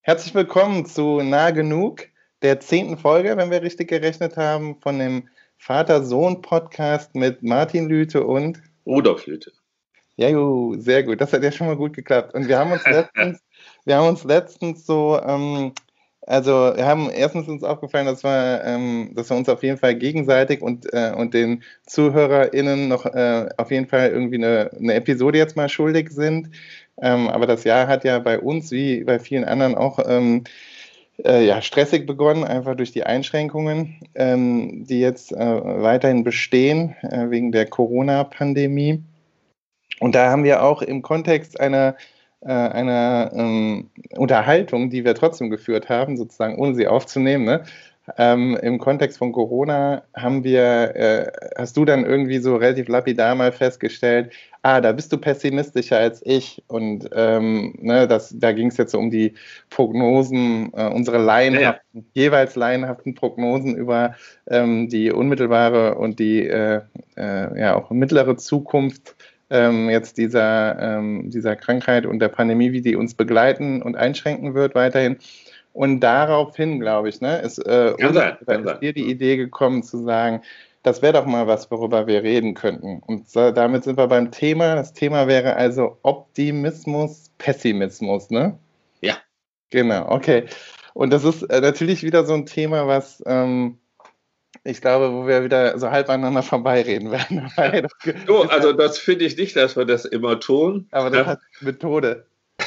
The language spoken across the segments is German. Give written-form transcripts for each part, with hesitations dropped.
Herzlich willkommen zu Nah Genug, der 10. Folge, wenn wir richtig gerechnet haben, von dem Vater-Sohn-Podcast mit Martin Lüthe und Rudolf Lüthe. Ja, sehr gut. Das hat ja schon mal gut geklappt. Und wir haben uns letztens so, wir haben erstens uns aufgefallen, dass wir uns auf jeden Fall gegenseitig und den ZuhörerInnen noch auf jeden Fall irgendwie eine Episode jetzt mal schuldig sind. Aber das Jahr hat ja bei uns, wie bei vielen anderen auch, stressig begonnen, einfach durch die Einschränkungen, die jetzt weiterhin bestehen, wegen der Corona-Pandemie. Und da haben wir auch im Kontext einer Unterhaltung, die wir trotzdem geführt haben, sozusagen ohne sie aufzunehmen, ne? Im Kontext von Corona hast du dann irgendwie so relativ lapidar mal festgestellt, da bist du pessimistischer als ich. Und da ging es jetzt so um die Prognosen, unsere jeweils laienhaften Prognosen über die unmittelbare und die auch mittlere Zukunft jetzt dieser Krankheit und der Pandemie, wie die uns begleiten und einschränken wird weiterhin. Und daraufhin, glaube ich, ist dir die Idee gekommen zu sagen, das wäre doch mal was, worüber wir reden könnten. Und damit sind wir beim Thema. Das Thema wäre also Optimismus, Pessimismus, ne? Ja. Genau, okay. Und das ist natürlich wieder so ein Thema, was ich glaube, wo wir wieder so halb aneinander vorbeireden werden. Also das finde ich nicht, dass wir das immer tun. Aber das hat Methode.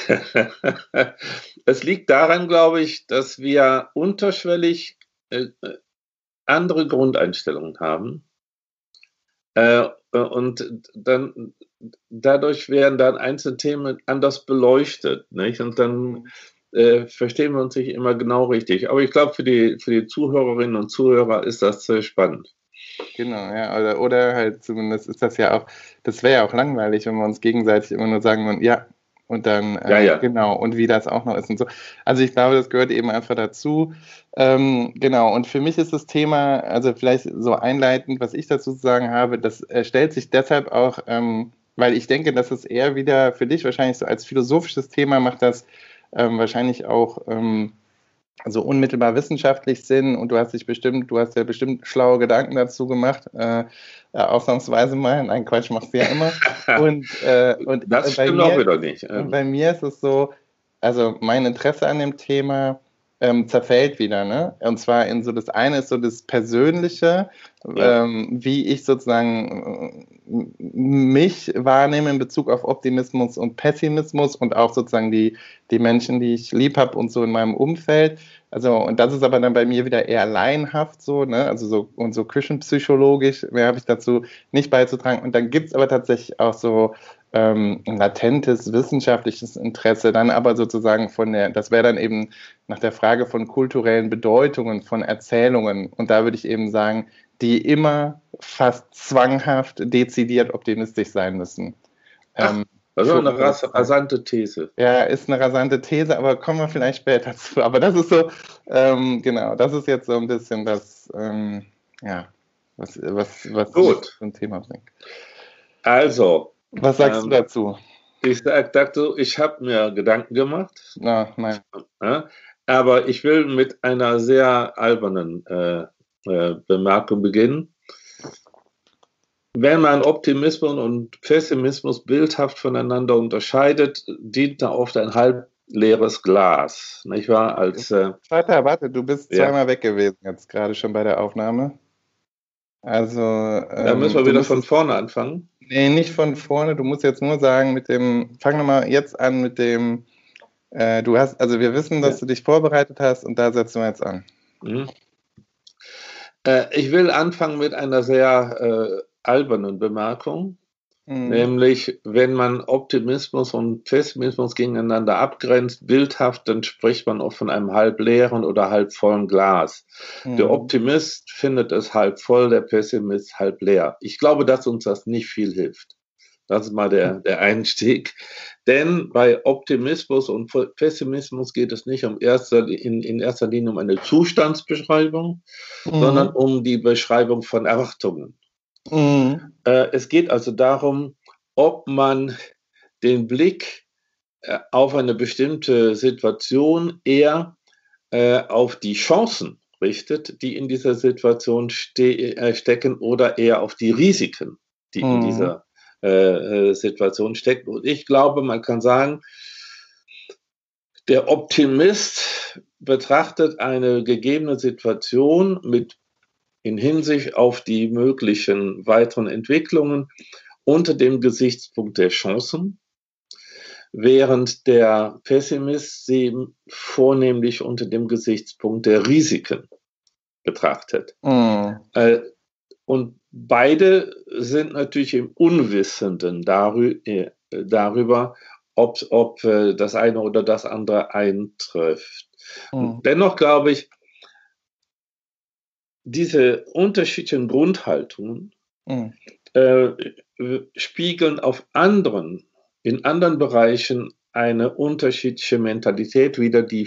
Es liegt daran, glaube ich, dass wir unterschwellig andere Grundeinstellungen haben. Und dann dadurch werden dann einzelne Themen anders beleuchtet, nicht? Und dann verstehen wir uns nicht immer genau richtig. Aber ich glaube, für die Zuhörerinnen und Zuhörer ist das sehr spannend. Genau, ja, oder halt zumindest ist das ja auch, das wäre ja auch langweilig, wenn wir uns gegenseitig immer nur sagen würden, ja, und dann, genau, und wie das auch noch ist und so. Also ich glaube, das gehört eben einfach dazu. Genau, und für mich ist das Thema, also vielleicht so einleitend, was ich dazu zu sagen habe, das stellt sich deshalb auch, weil ich denke, dass es eher wieder für dich wahrscheinlich so als philosophisches Thema macht das wahrscheinlich auch so unmittelbar wissenschaftlich Sinn und du hast ja bestimmt schlaue Gedanken dazu gemacht, ausnahmsweise mal, nein, Quatsch, machst du ja immer. Und das stimmt auch wieder nicht. Und bei mir ist es so, also mein Interesse an dem Thema zerfällt wieder, ne? Und zwar in so, das eine ist so das Persönliche, wie ich sozusagen mich wahrnehme in Bezug auf Optimismus und Pessimismus und auch sozusagen die Menschen, die ich lieb habe und so in meinem Umfeld. Also, und das ist aber dann bei mir wieder eher laienhaft so, ne? Also so küchenpsychologisch, mehr habe ich dazu nicht beizutragen. Und dann gibt es aber tatsächlich auch so ein latentes wissenschaftliches Interesse, dann aber sozusagen das wäre dann eben nach der Frage von kulturellen Bedeutungen, von Erzählungen. Und da würde ich eben sagen, die immer fast zwanghaft dezidiert optimistisch sein müssen. Also eine rasante These. Ja, ist eine rasante These, aber kommen wir vielleicht später zu. Aber das ist so, genau, das ist jetzt so ein bisschen das, was gut ein Thema bringt. Also, was sagst du dazu? Ich dachte, ich habe mir Gedanken gemacht. Nein. Aber ich will mit einer sehr albernen Bemerkung beginnen. Wenn man Optimismus und Pessimismus bildhaft voneinander unterscheidet, dient da oft ein halb leeres Glas. Nicht wahr? Warte, du bist zweimal weg gewesen jetzt gerade schon bei der Aufnahme. Also. Da müssen wir wieder von vorne anfangen. Nee, nicht von vorne. Du musst jetzt nur sagen fang nochmal jetzt an mit dem, wir wissen, dass du dich vorbereitet hast und da setzen wir jetzt an. Mhm. Ich will anfangen mit einer sehr albernen Bemerkung, nämlich wenn man Optimismus und Pessimismus gegeneinander abgrenzt, bildhaft, dann spricht man auch von einem halb leeren oder halb vollen Glas. Der Optimist findet es halb voll, der Pessimist halb leer. Ich glaube, dass uns das nicht viel hilft. Das ist mal der Einstieg. Denn bei Optimismus und Pessimismus geht es nicht in erster Linie um eine Zustandsbeschreibung, sondern um die Beschreibung von Erwartungen. Es geht also darum, ob man den Blick auf eine bestimmte Situation eher auf die Chancen richtet, die in dieser Situation stecken, oder eher auf die Risiken, die in dieser Situation stecken. Und ich glaube, man kann sagen, der Optimist betrachtet eine gegebene Situation in Hinsicht auf die möglichen weiteren Entwicklungen unter dem Gesichtspunkt der Chancen, während der Pessimist sie vornehmlich unter dem Gesichtspunkt der Risiken betrachtet. Und beide sind natürlich im Unwissenden darüber, ob das eine oder das andere eintrifft. Dennoch glaube ich, diese unterschiedlichen Grundhaltungen spiegeln in anderen Bereichen eine unterschiedliche Mentalität wider, die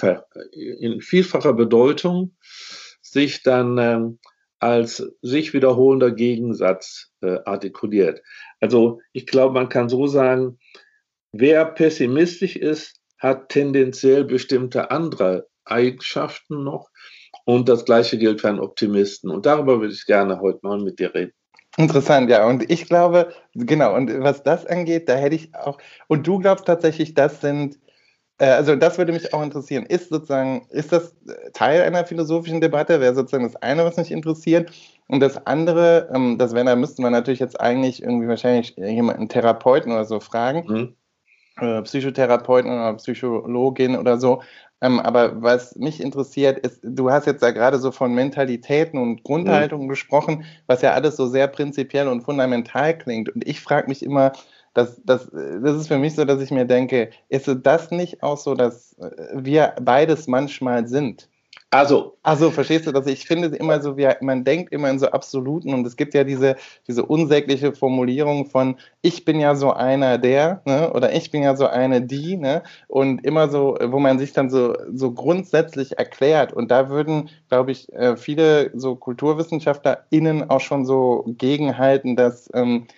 in vielfacher Bedeutung sich dann als sich wiederholender Gegensatz artikuliert. Also ich glaube, man kann so sagen, wer pessimistisch ist, hat tendenziell bestimmte andere Eigenschaften noch, und das Gleiche gilt für einen Optimisten. Und darüber würde ich gerne heute mal mit dir reden. Interessant, ja. Und ich glaube, genau, und was das angeht, da hätte ich auch, und du glaubst tatsächlich, das sind, also das würde mich auch interessieren, ist das Teil einer philosophischen Debatte, wäre sozusagen das eine, was mich interessiert, und das andere, da müsste man natürlich jetzt eigentlich irgendwie wahrscheinlich jemanden, Therapeuten oder so fragen, Psychotherapeuten oder Psychologin oder so. Aber was mich interessiert ist, du hast jetzt da gerade so von Mentalitäten und Grundhaltungen gesprochen, was ja alles so sehr prinzipiell und fundamental klingt. Und ich frage mich immer, das ist für mich so, dass ich mir denke, ist das nicht auch so, dass wir beides manchmal sind? Also, verstehst du das? Ich finde immer so, man denkt immer in so Absoluten, und es gibt ja diese unsägliche Formulierung von, ich bin ja so einer der, ne? Oder ich bin ja so eine die, ne? Und immer so, wo man sich dann so grundsätzlich erklärt, und da würden, glaube ich, viele so KulturwissenschaftlerInnen auch schon so gegenhalten, dass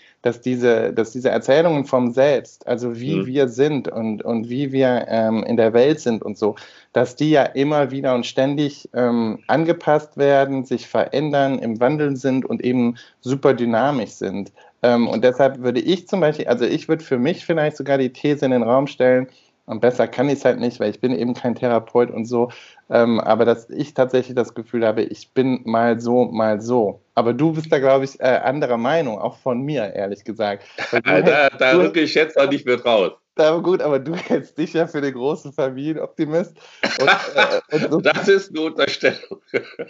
diese Erzählungen vom Selbst, also wie wir sind und wie wir in der Welt sind und so, dass die ja immer wieder und ständig angepasst werden, sich verändern, im Wandel sind und eben super dynamisch sind. Und deshalb würde ich zum Beispiel, also ich würde für mich vielleicht sogar die These in den Raum stellen, und besser kann ich es halt nicht, weil ich bin eben kein Therapeut und so, aber dass ich tatsächlich das Gefühl habe, ich bin mal so, mal so. Aber du bist da, glaube ich, anderer Meinung, auch von mir, ehrlich gesagt. Da rücke ich jetzt auch nicht mehr raus. Gut, aber du hältst dich ja für den großen Familienoptimist. Und das ist eine Unterstellung.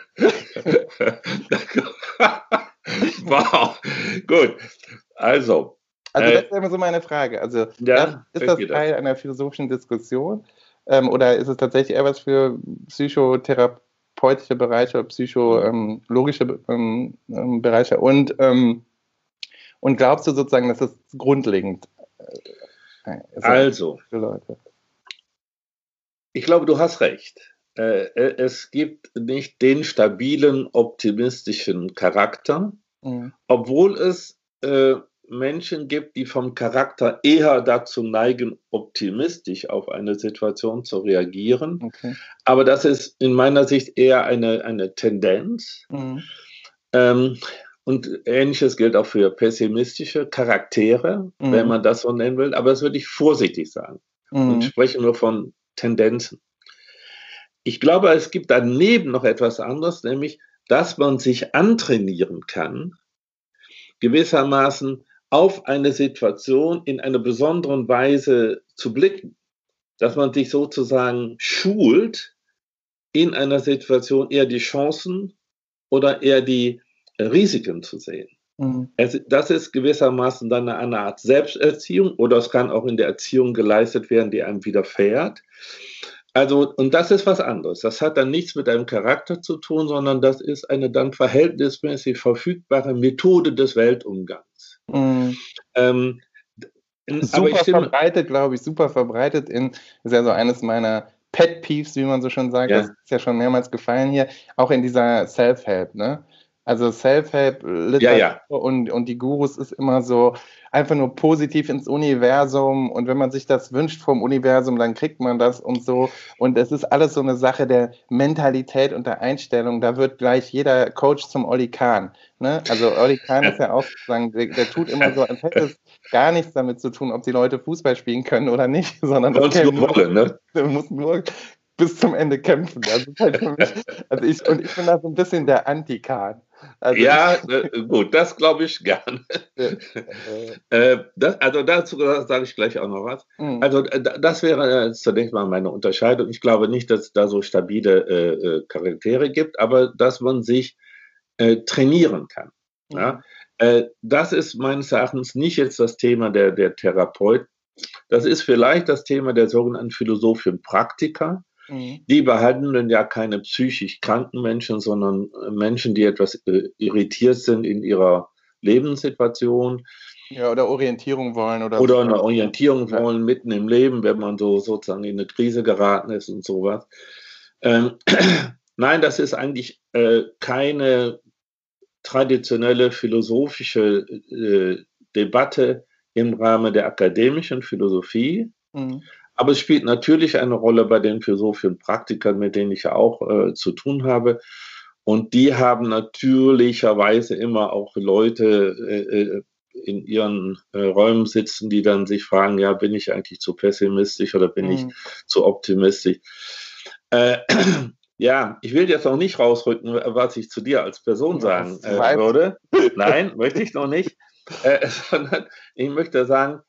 Wow, gut. Also das wäre immer so meine Frage. Also ist das Teil einer philosophischen Diskussion, oder ist es tatsächlich eher was für psychotherapeutische Bereiche oder psychologische Bereiche? Und glaubst du sozusagen, dass das grundlegend ist also für Leute? Ich glaube, du hast recht. Es gibt nicht den stabilen, optimistischen Charakter, obwohl es Menschen gibt, die vom Charakter eher dazu neigen, optimistisch auf eine Situation zu reagieren. Okay. Aber das ist in meiner Sicht eher eine Tendenz. Und Ähnliches gilt auch für pessimistische Charaktere, wenn man das so nennen will. Aber das würde ich vorsichtig sagen. Und sprechen wir von Tendenzen. Ich glaube, es gibt daneben noch etwas anderes, nämlich, dass man sich antrainieren kann, gewissermaßen auf eine Situation in einer besonderen Weise zu blicken, dass man sich sozusagen schult, in einer Situation eher die Chancen oder eher die Risiken zu sehen. Das ist gewissermaßen dann eine Art Selbsterziehung, oder es kann auch in der Erziehung geleistet werden, die einem widerfährt. Also, und das ist was anderes. Das hat dann nichts mit einem Charakter zu tun, sondern das ist eine dann verhältnismäßig verfügbare Methode des Weltumgangs. Super verbreitet, glaube ich, ist ja so eines meiner Pet Peeves, wie man so schon sagt, das ist ja schon mehrmals gefallen hier, auch in dieser Self-Help, ne? Also Ja, Self-Help-Literatur ja. und die Gurus ist immer so einfach nur positiv ins Universum und wenn man sich das wünscht vom Universum, dann kriegt man das und so. Und es ist alles so eine Sache der Mentalität und der Einstellung. Da wird gleich jeder Coach zum Olli Kahn. Ne? Also Olli Kahn ist ja auch sozusagen, der tut immer so, als hätte es gar nichts damit zu tun, ob die Leute Fußball spielen können oder nicht, sondern das Soll's nur käme nur, wollen, ne? der muss nur bis zum Ende kämpfen. Das ist halt für mich, ich bin da so ein bisschen der Anti-Kahn. Also Ja, gut, das glaube ich gern. äh, Also dazu sage ich gleich auch noch was. mh, Also das wäre zunächst mal meine Unterscheidung. Ich glaube nicht, dass es da so stabile Charaktere gibt, aber dass man sich trainieren kann. Ja? mh, Das ist meines Erachtens nicht jetzt das Thema der Therapeut. Das ist vielleicht das Thema der sogenannten Philosophischen Praktiker. mh. Die behandeln ja keine psychisch kranken Menschen, sondern Menschen, die etwas irritiert sind in ihrer Lebenssituation Ja, oder Orientierung wollen oder oder so. eine Orientierung Ja. wollen mitten im Leben, wenn man so sozusagen in eine Krise geraten ist und sowas. Ähm, Nein, das ist eigentlich keine traditionelle philosophische Debatte im Rahmen der akademischen Philosophie. Mh, Aber es spielt natürlich eine Rolle bei den philosophischen Praktikern, mit denen ich ja auch zu tun habe. Und die haben natürlicherweise immer auch Leute in ihren Räumen sitzen, die dann sich fragen, ja, bin ich eigentlich zu pessimistisch oder bin ich mh. zu optimistisch? Äh, ja, ich will jetzt noch nicht rausrücken, was ich zu dir als Person Ja, sagen das weiß würde. Nein, möchte ich noch nicht. Sondern ich möchte sagen,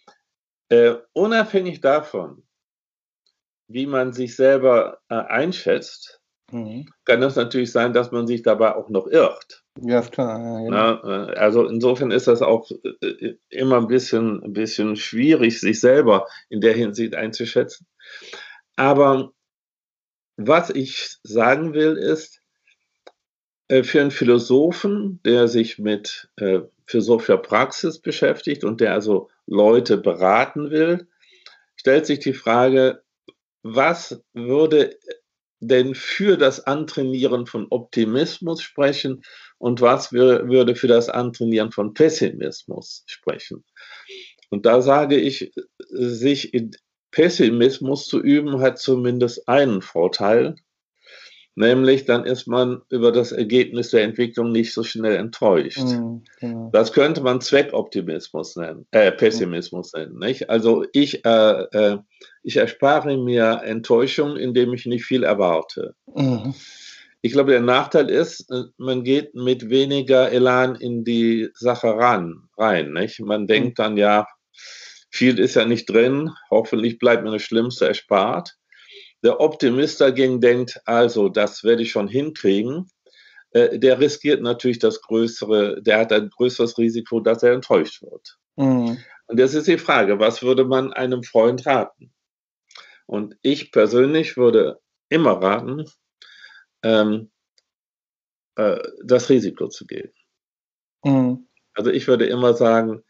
unabhängig davon, wie man sich selber einschätzt, mhm. kann es natürlich sein, dass man sich dabei auch noch irrt. Ja, ist klar, ja, genau. Ne? Also insofern ist das auch immer ein bisschen schwierig, sich selber in der Hinsicht einzuschätzen. Aber was ich sagen will, ist, für einen Philosophen, der sich mit philosophischer Praxis beschäftigt und der also Leute beraten will, stellt sich die Frage, was würde denn für das Antrainieren von Optimismus sprechen und was würde für das Antrainieren von Pessimismus sprechen? Und da sage ich, sich in Pessimismus zu üben, hat zumindest einen Vorteil, nämlich dann ist man über das Ergebnis der Entwicklung nicht so schnell enttäuscht. Mhm, genau. Das könnte man Zweckoptimismus nennen, Mhm. Pessimismus nennen, nicht? Also ich erspare mir Enttäuschung, indem ich nicht viel erwarte. Mhm. Ich glaube, der Nachteil ist, man geht mit weniger Elan in die Sache rein, nicht? Man Mhm. denkt dann, ja, viel ist ja nicht drin, hoffentlich bleibt mir das Schlimmste erspart. Der Optimist dagegen denkt, also, das werde ich schon hinkriegen. Der riskiert natürlich der hat ein größeres Risiko, dass er enttäuscht wird. Mhm. Und jetzt ist die Frage, was würde man einem Freund raten? Und ich persönlich würde immer raten, ähm, das Risiko zu gehen. Mhm. Also ich würde immer sagen,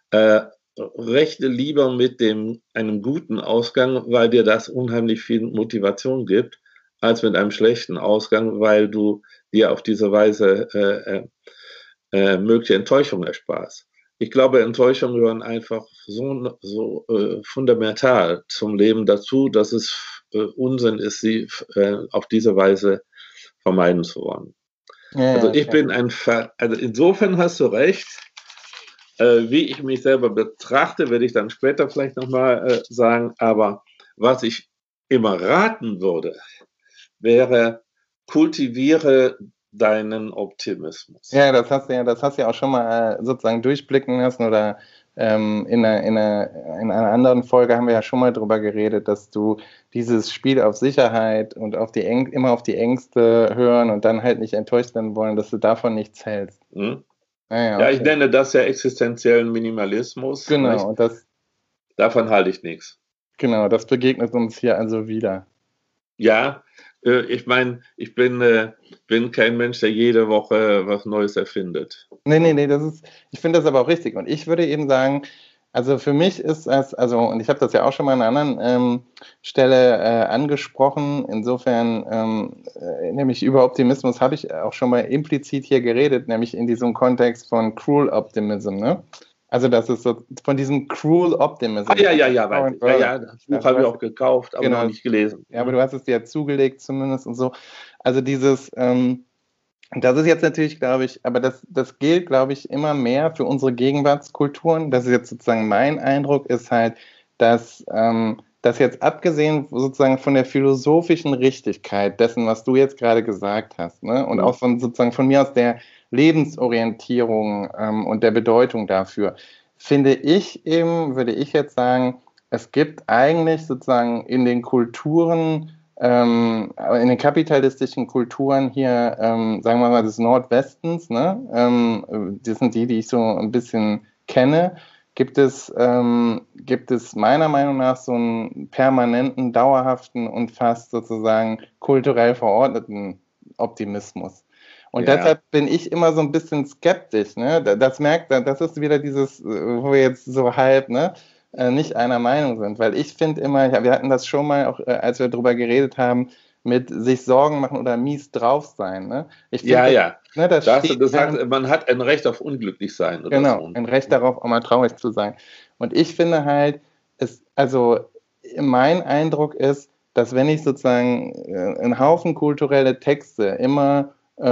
rechne lieber mit einem guten Ausgang, weil dir das unheimlich viel Motivation gibt, als mit einem schlechten Ausgang, weil du dir auf diese Weise mögliche Enttäuschung ersparst. Ich glaube, Enttäuschungen gehören einfach so fundamental zum Leben dazu, dass es Unsinn ist, sie auf diese Weise vermeiden zu wollen. Ja, Also ja, ich klar. bin also insofern hast du recht. Wie ich mich selber betrachte, werde ich dann später vielleicht nochmal sagen. Aber was ich immer raten würde, wäre, kultiviere deinen Optimismus. Ja, das hast du ja auch schon mal sozusagen durchblicken lassen oder in einer anderen Folge haben wir ja schon mal drüber geredet, dass du dieses Spiel auf Sicherheit und immer auf die Ängste hören und dann halt nicht enttäuscht werden wollen, dass du davon nichts hältst. Hm? Ja, ja, Ja, ich okay. nenne das ja existenziellen Minimalismus. Genau, Nicht? Davon halte ich nichts. das begegnet uns hier also wieder. Ja, ich meine, bin kein Mensch, der jede Woche was Neues erfindet. Nee, ich finde das aber auch richtig. Und ich würde eben sagen, Also für mich ist das, also, und ich habe das ja auch schon mal an einer anderen Stelle angesprochen, insofern, nämlich über Optimismus habe ich auch schon mal implizit hier geredet, nämlich in diesem Kontext von Cruel Optimism, ne? Also das ist so von diesem Cruel Optimism. Weiß ich. Ja, das Buch habe ich auch gekauft, aber noch nicht gelesen. Ja, aber du hast es dir ja zugelegt zumindest und so. Also dieses, das ist jetzt natürlich, glaube ich, aber das gilt, glaube ich, immer mehr für unsere Gegenwartskulturen. Das ist jetzt sozusagen mein Eindruck, ist halt, dass das jetzt abgesehen sozusagen von der philosophischen Richtigkeit dessen, was du jetzt gerade gesagt hast, ne, und auch von sozusagen von mir aus der Lebensorientierung und der Bedeutung dafür, finde ich eben, würde ich jetzt sagen, es gibt eigentlich sozusagen in den Kulturen, in den kapitalistischen Kulturen hier, sagen wir mal, des Nordwestens, ne, das sind die ich so ein bisschen kenne, gibt es meiner Meinung nach so einen permanenten, dauerhaften und fast sozusagen kulturell verordneten Optimismus. Und deshalb bin ich immer so ein bisschen skeptisch. Ne? Das ist wieder dieses, wo wir jetzt so halb, ne, nicht einer Meinung sind. Weil ich finde immer, wir hatten das schon mal, auch als wir darüber geredet haben, mit sich Sorgen machen oder mies drauf sein. Ne? Ich find, ne, da hast du gesagt, man hat ein Recht auf unglücklich sein. Oder genau, so. Ein Recht darauf, auch mal traurig zu sein. Und ich finde halt, also mein Eindruck ist, dass wenn ich sozusagen einen Haufen kulturelle Texte immer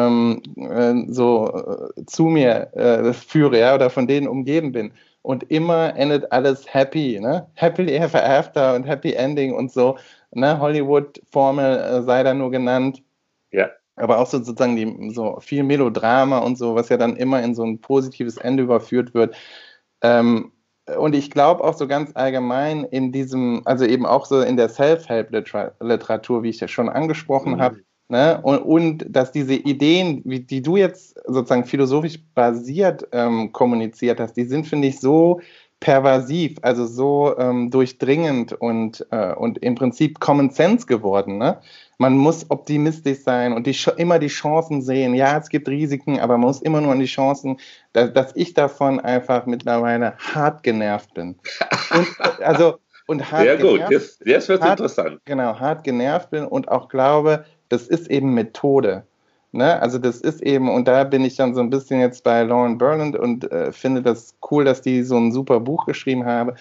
zu mir führe, ja, oder von denen umgeben bin und immer endet alles happy, ne? Happily ever after und Happy Ending und so, ne? Hollywood-Formel sei da nur genannt. Ja. Aber auch sozusagen so viel Melodrama und so, was ja dann immer in so ein positives Ende überführt wird. Und ich glaube auch so ganz allgemein in diesem, also eben auch so in der Self-Help-Literatur, wie ich ja schon angesprochen habe, ne? Und dass diese Ideen, die du jetzt sozusagen philosophisch basiert kommuniziert hast, die sind, finde ich, so pervasiv, also so durchdringend und im Prinzip Common Sense geworden. Ne? Man muss optimistisch sein und immer die Chancen sehen. Ja, es gibt Risiken, aber man muss immer nur an die Chancen, dass ich davon einfach mittlerweile hart genervt bin. Und hart sehr gut, jetzt wird es interessant. Genau, hart genervt bin und auch glaube, das ist eben Methode. Ne? Also das ist eben, und da bin ich dann so ein bisschen jetzt bei Lauren Berland und finde das cool, dass die so ein super Buch geschrieben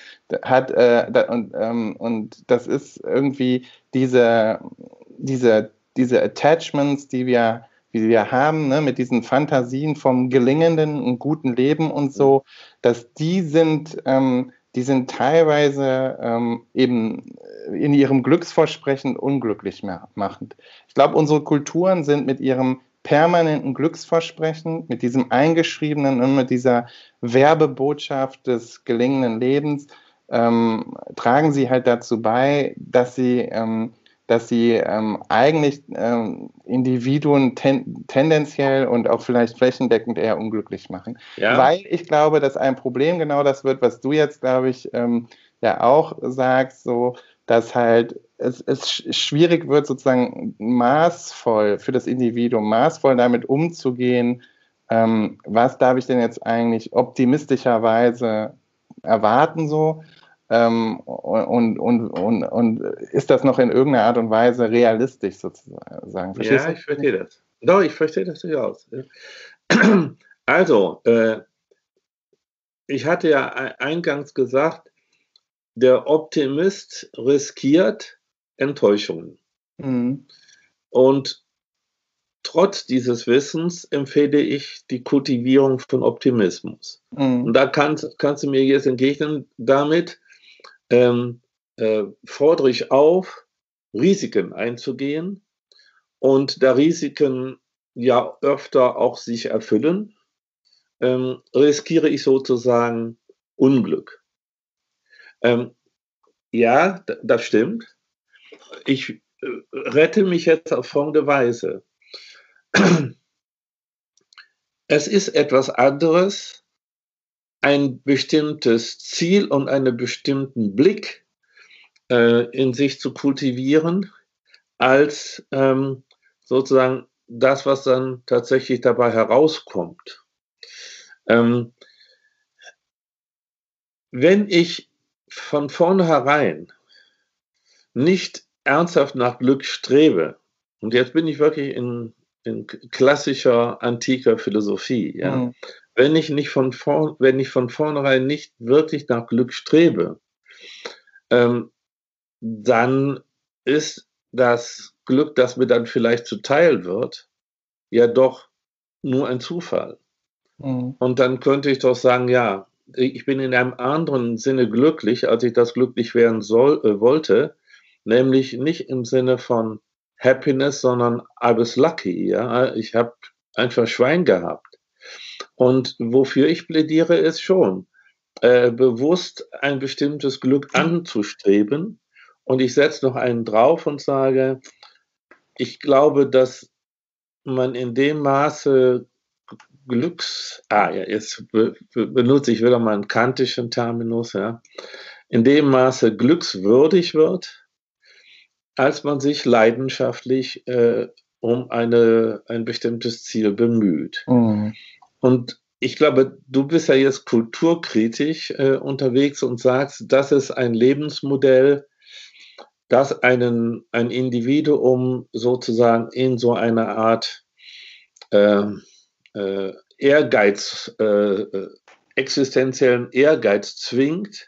und das ist irgendwie diese Attachments, die wir haben, ne, mit diesen Fantasien vom gelingenden und guten Leben und so, dass die sind teilweise eben in ihrem Glücksversprechen unglücklich machend. Ich glaube, unsere Kulturen sind mit ihrem permanenten Glücksversprechen, mit diesem eingeschriebenen und mit dieser Werbebotschaft des gelingenden Lebens, tragen sie halt dazu bei, dass sie eigentlich Individuen tendenziell und auch vielleicht flächendeckend eher unglücklich machen. Ja. Weil ich glaube, dass ein Problem genau das wird, was du jetzt, glaube ich, ja auch sagst, so, dass halt es schwierig wird, sozusagen maßvoll für das Individuum, maßvoll damit umzugehen, was darf ich denn jetzt eigentlich optimistischerweise erwarten so, und ist das noch in irgendeiner Art und Weise realistisch sozusagen? Verstehst du? Ich verstehe das. Doch, ich verstehe das durchaus. Also, ich hatte ja eingangs gesagt, der Optimist riskiert Enttäuschungen. Mhm. Und trotz dieses Wissens empfehle ich die Kultivierung von Optimismus. Mhm. Und da kannst du mir jetzt entgegnen, damit fordere ich auf, Risiken einzugehen. Und da Risiken ja öfter auch sich erfüllen, riskiere ich sozusagen Unglück. Ja, das stimmt. Ich rette mich jetzt auf folgende Weise. Es ist etwas anderes, ein bestimmtes Ziel und einen bestimmten Blick in sich zu kultivieren, als sozusagen das, was dann tatsächlich dabei herauskommt. wenn ich von vornherein nicht ernsthaft nach Glück strebe, und jetzt bin ich wirklich in klassischer antiker Philosophie, ja. Mhm. Wenn ich von vornherein nicht wirklich nach Glück strebe, dann ist das Glück, das mir dann vielleicht zuteil wird, ja doch nur ein Zufall. Mhm. Und dann könnte ich doch sagen, ja, ich bin in einem anderen Sinne glücklich, als ich das glücklich werden wollte, nämlich nicht im Sinne von Happiness, sondern I was lucky, ja. Ich habe einfach Schwein gehabt. Und wofür ich plädiere, ist schon, bewusst ein bestimmtes Glück anzustreben. Und ich setze noch einen drauf und sage, ich glaube, dass man in dem Maße jetzt benutze ich wieder mal einen kantischen Terminus, ja, in dem Maße glückswürdig wird, als man sich leidenschaftlich um ein bestimmtes Ziel bemüht. Mhm. Und ich glaube, du bist ja jetzt kulturkritisch unterwegs und sagst, das ist ein Lebensmodell, das ein Individuum sozusagen in so eine Art Ehrgeiz, existenziellen Ehrgeiz zwingt,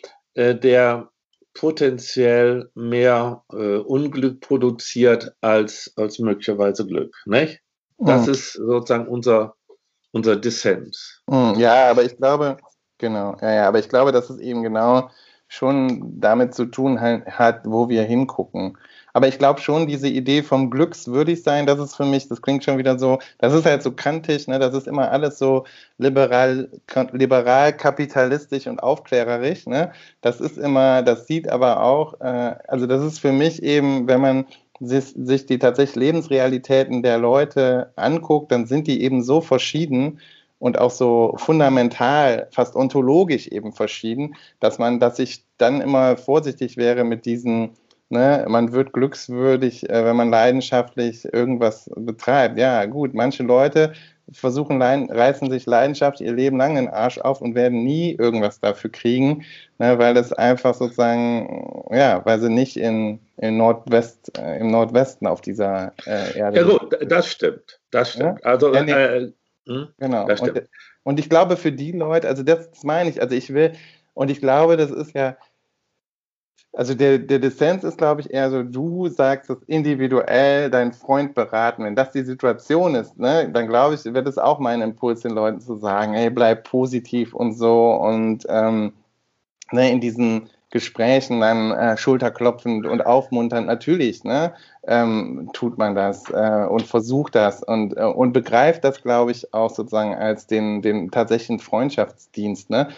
der potenziell mehr Unglück produziert als möglicherweise Glück. Nicht? Das Mhm. ist sozusagen unser Dissens. Ja, aber ich glaube, genau, aber ich glaube, dass es eben genau schon damit zu tun hat, wo wir hingucken. Aber ich glaube schon, diese Idee vom Glückswürdigsein, das ist für mich, das klingt schon wieder so, das ist halt so kantig, ne? Das ist immer alles so liberal kapitalistisch und aufklärerisch, ne? Das ist immer, das sieht aber auch, also das ist für mich eben, wenn man sich die tatsächlich Lebensrealitäten der Leute anguckt, dann sind die eben so verschieden und auch so fundamental, fast ontologisch eben verschieden, dass ich dann immer vorsichtig wäre mit diesen, ne, man wird glückswürdig, wenn man leidenschaftlich irgendwas betreibt. Ja, gut, manche Leute reißen sich leidenschaftlich ihr Leben lang den Arsch auf und werden nie irgendwas dafür kriegen, ne, weil das einfach sozusagen, ja, weil sie nicht im Nordwesten auf dieser Erde Ja sind. gut, das stimmt. Das Ja? stimmt. Also, Ja, nee, genau. das stimmt. Und ich glaube, für die Leute, also das meine ich, also ich will, und ich glaube, das ist ja, also der Dissens ist, glaube ich, eher so, du sagst es individuell, deinen Freund beraten. Wenn das die Situation ist, ne, dann glaube ich, wird es auch mein Impuls, den Leuten zu sagen, hey, bleib positiv und so und ne, in diesen Gesprächen dann schulterklopfend und aufmunternd, natürlich, ne, tut man das und versucht das und begreift das, glaube ich, auch sozusagen als den tatsächlichen Freundschaftsdienst, ne,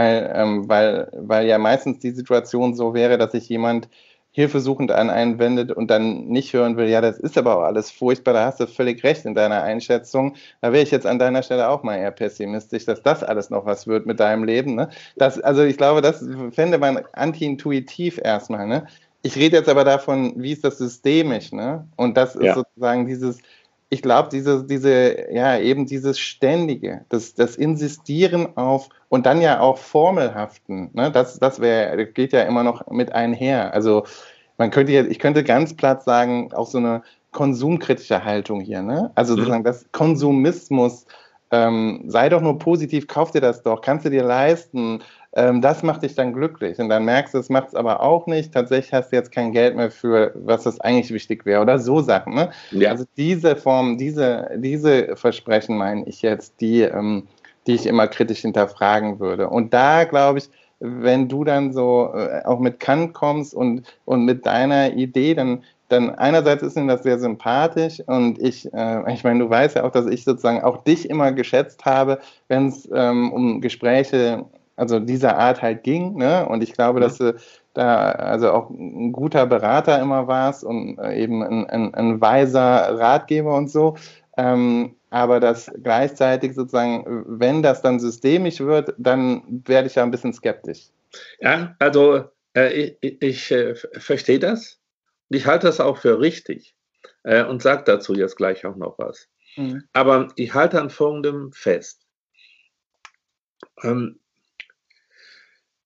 weil ja meistens die Situation so wäre, dass sich jemand hilfesuchend an einen wendet und dann nicht hören will, ja, das ist aber auch alles furchtbar, da hast du völlig recht in deiner Einschätzung. Da wäre ich jetzt an deiner Stelle auch mal eher pessimistisch, dass das alles noch was wird mit deinem Leben. Ne? Also ich glaube, das fände man anti-intuitiv erstmal. Ne? Ich rede jetzt aber davon, wie ist das systemisch? Ne? Und das ist sozusagen ich glaube, eben dieses Ständige, das Insistieren auf und dann ja auch Formelhaften, ne? Das geht ja immer noch mit einher. Also ich könnte ganz platt sagen, auch so eine konsumkritische Haltung hier, ne? Also sozusagen das Konsumismus, sei doch nur positiv, kauf dir das doch, kannst du dir leisten, das macht dich dann glücklich. Und dann merkst du, es macht es aber auch nicht. Tatsächlich hast du jetzt kein Geld mehr für, was das eigentlich wichtig wäre oder so Sachen. Ne? Ja. Also diese Form, diese Versprechen meine ich jetzt, die ich immer kritisch hinterfragen würde. Und da glaube ich, wenn du dann so auch mit Kant kommst und mit deiner Idee, dann einerseits ist mir das sehr sympathisch und ich meine, du weißt ja auch, dass ich sozusagen auch dich immer geschätzt habe, wenn es um Gespräche also dieser Art halt ging, ne? Und ich glaube, dass du da also auch ein guter Berater immer warst und eben ein weiser Ratgeber und so. Aber dass gleichzeitig sozusagen, wenn das dann systemisch wird, dann werde ich ja ein bisschen skeptisch. Ja, also ich verstehe das. Ich halte das auch für richtig und sage dazu jetzt gleich auch noch was. Mhm. Aber ich halte an Folgendem fest.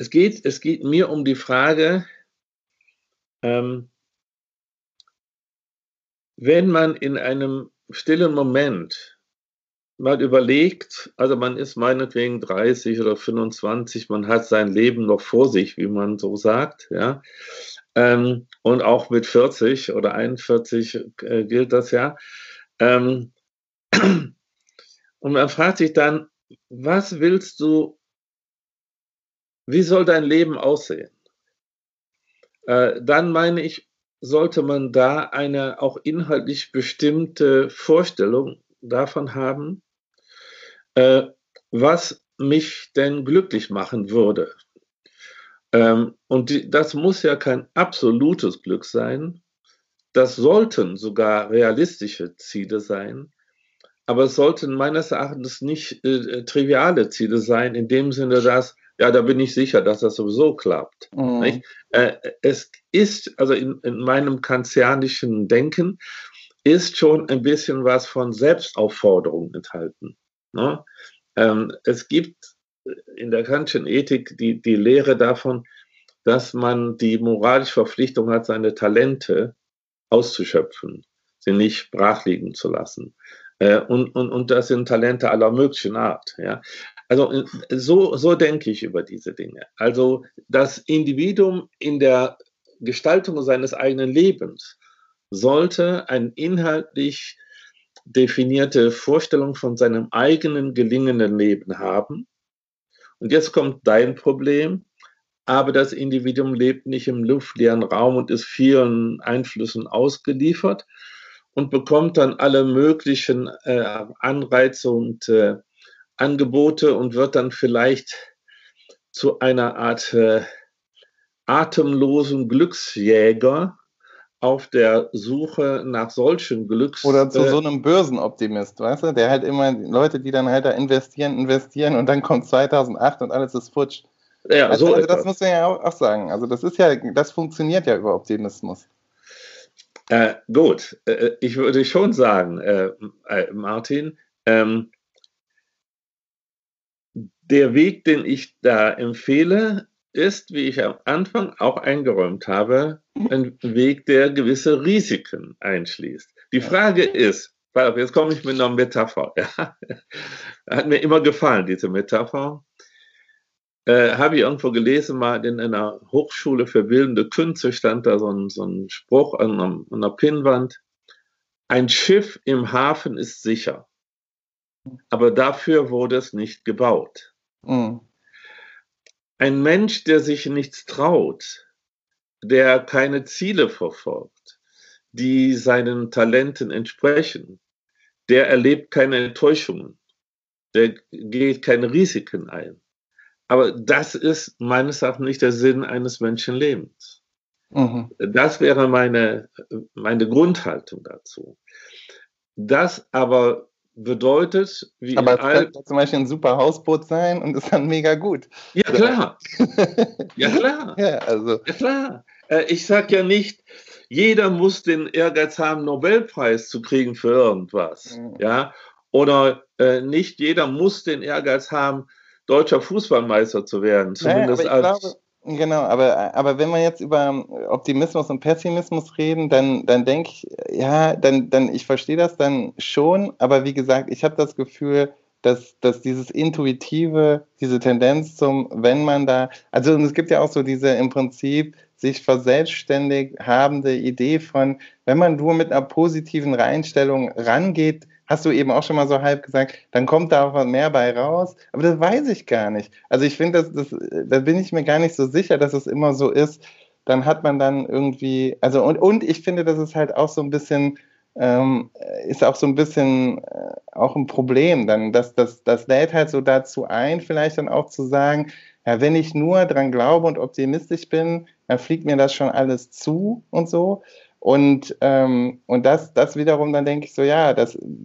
es geht mir um die Frage, wenn man in einem stillen Moment mal überlegt, also man ist meinetwegen 30 oder 25, man hat sein Leben noch vor sich, wie man so sagt, ja, und auch mit 40 oder 41 gilt das ja. Und man fragt sich dann, was willst du, wie soll dein Leben aussehen? Dann meine ich, sollte man da eine auch inhaltlich bestimmte Vorstellung davon haben, was mich denn glücklich machen würde. Und das muss ja kein absolutes Glück sein. Das sollten sogar realistische Ziele sein. Aber es sollten meines Erachtens nicht triviale Ziele sein, in dem Sinne, dass, ja, da bin ich sicher, dass das sowieso klappt. Nicht? Es ist, also in meinem kantianischen Denken, ist schon ein bisschen was von Selbstaufforderung enthalten. Ne? Es gibt in der kantischen Ethik die Lehre davon, dass man die moralische Verpflichtung hat, seine Talente auszuschöpfen, sie nicht brach liegen zu lassen. Und das sind Talente aller möglichen Art. Ja? Also so denke ich über diese Dinge. Also das Individuum in der Gestaltung seines eigenen Lebens sollte eine inhaltlich definierte Vorstellung von seinem eigenen gelingenden Leben haben. Und jetzt kommt dein Problem, aber das Individuum lebt nicht im luftleeren Raum und ist vielen Einflüssen ausgeliefert und bekommt dann alle möglichen Anreize und Angebote und wird dann vielleicht zu einer Art atemlosen Glücksjäger auf der Suche nach solchen Oder zu so einem Börsenoptimist, weißt du, der halt immer Leute, die dann halt da investieren und dann kommt 2008 und alles ist futsch. Ja, also das muss man ja auch sagen. Also das funktioniert ja über Optimismus. Gut, ich würde schon sagen, Martin, der Weg, den ich da empfehle, ist, wie ich am Anfang auch eingeräumt habe, ein Weg, der gewisse Risiken einschließt. Die Frage ist, jetzt komme ich mit einer Metapher. Ja? Hat mir immer gefallen, diese Metapher. Habe ich irgendwo gelesen, mal in einer Hochschule für bildende Künste stand da so ein Spruch an einer Pinnwand. Ein Schiff im Hafen ist sicher, aber dafür wurde es nicht gebaut. Mhm. Ein Mensch, der sich nichts traut, der keine Ziele verfolgt, die seinen Talenten entsprechen, der erlebt keine Enttäuschungen, der geht keine Risiken ein. Aber das ist meines Erachtens nicht der Sinn eines Menschenlebens. Mhm. Das wäre meine Grundhaltung dazu. Das aber bedeutet, wie aber es könnte zum Beispiel ein super Hausboot sein und ist dann mega gut. Ja, klar. Ja, klar. Ja, also. Ja, klar. Ich sage ja nicht, jeder muss den Ehrgeiz haben, Nobelpreis zu kriegen für irgendwas. Mhm. Ja? Oder nicht jeder muss den Ehrgeiz haben, deutscher Fußballmeister zu werden. Zumindest Genau, aber wenn wir jetzt über Optimismus und Pessimismus reden, dann denke ich, ja, ich verstehe das dann schon, aber wie gesagt, ich habe das Gefühl, dass dieses Intuitive, diese Tendenz wenn man da, also und es gibt ja auch so diese im Prinzip sich verselbstständigt habende Idee von, wenn man nur mit einer positiven Einstellung rangeht, hast du eben auch schon mal so halb gesagt, dann kommt da auch mehr bei raus. Aber das weiß ich gar nicht. Also ich finde, da bin ich mir gar nicht so sicher, dass es immer so ist. Dann hat man dann irgendwie, also und ich finde, das ist halt auch so ein bisschen, ist auch so ein bisschen auch ein Problem. Dann, das lädt halt so dazu ein, vielleicht dann auch zu sagen, ja, wenn ich nur dran glaube und optimistisch bin, dann fliegt mir das schon alles zu und so. Und das wiederum, dann denke ich so, ja,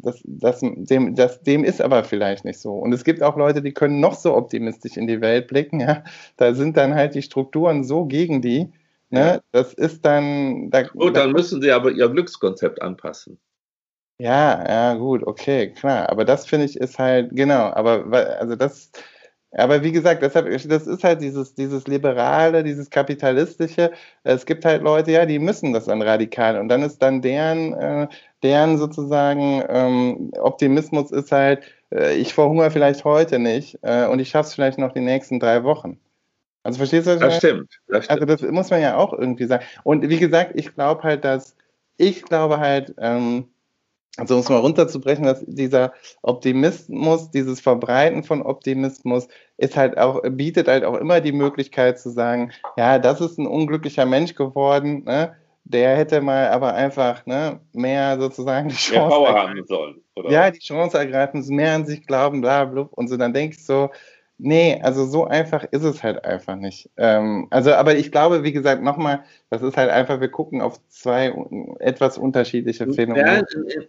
dem ist aber vielleicht nicht so. Und es gibt auch Leute, die können noch so optimistisch in die Welt blicken, ja. Da sind dann halt die Strukturen so gegen die, ne? Ja. Das ist dann. Gut, dann müssen sie aber ihr Glückskonzept anpassen. Ja, gut, okay, klar. Aber das finde ich ist halt, genau, aber also das Aber wie gesagt, deshalb, das ist halt dieses Liberale, dieses Kapitalistische. Es gibt halt Leute, ja, die müssen das dann radikal. Und dann ist dann deren sozusagen Optimismus ist halt, ich verhungere vielleicht heute nicht und ich schaffe es vielleicht noch die nächsten 3 Wochen. Also verstehst du, was ich Das meine? stimmt, das Also stimmt. das muss man ja auch irgendwie sagen. Und wie gesagt, ich glaube halt, also um es mal runterzubrechen, dass dieser Optimismus, dieses Verbreiten von Optimismus ist halt auch, bietet halt auch immer die Möglichkeit zu sagen, ja, das ist ein unglücklicher Mensch geworden, ne? Der hätte mal aber einfach ne, mehr sozusagen die Mehr Chance Power ergreifen, haben sollen, oder ja, was? die Chance ergreifen, mehr an sich glauben, bla bla und so, dann denke ich so, nee, also so einfach ist es halt einfach nicht. Also, aber ich glaube, wie gesagt, nochmal, das ist halt einfach, wir gucken auf zwei etwas unterschiedliche Ja, Phänomene.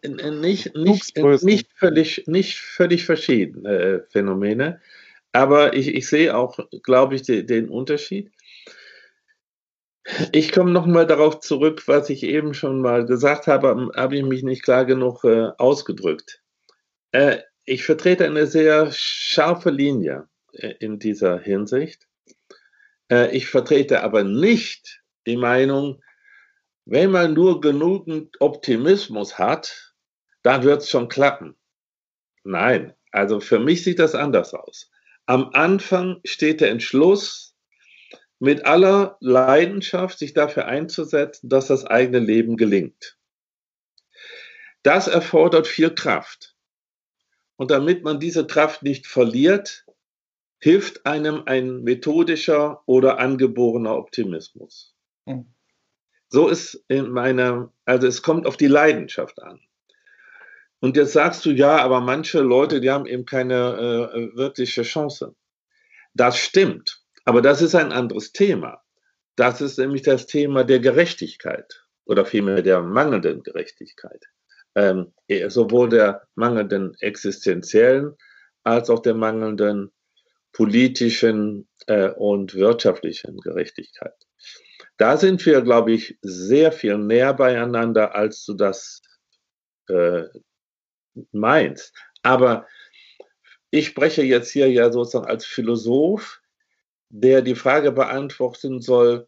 nicht Zugsgrößen. völlig verschiedene Phänomene, aber ich sehe auch, glaube ich, den Unterschied. Ich komme nochmal darauf zurück, was ich eben schon mal gesagt habe ich mich nicht klar genug ausgedrückt. Ich vertrete eine sehr scharfe Linie in dieser Hinsicht. Ich vertrete aber nicht die Meinung, wenn man nur genügend Optimismus hat, dann wird es schon klappen. Nein, also für mich sieht das anders aus. Am Anfang steht der Entschluss, mit aller Leidenschaft sich dafür einzusetzen, dass das eigene Leben gelingt. Das erfordert viel Kraft. Und damit man diese Kraft nicht verliert, hilft einem ein methodischer oder angeborener Optimismus. Hm. So ist also es kommt auf die Leidenschaft an. Und jetzt sagst du, ja, aber manche Leute, die haben eben keine wirkliche Chance. Das stimmt, aber das ist ein anderes Thema. Das ist nämlich das Thema der Gerechtigkeit oder vielmehr der mangelnden Gerechtigkeit. Sowohl der mangelnden existenziellen als auch der mangelnden politischen und wirtschaftlichen Gerechtigkeit. Da sind wir, glaube ich, sehr viel näher beieinander, als du das meinst. Aber ich spreche jetzt hier ja sozusagen als Philosoph, der die Frage beantworten soll,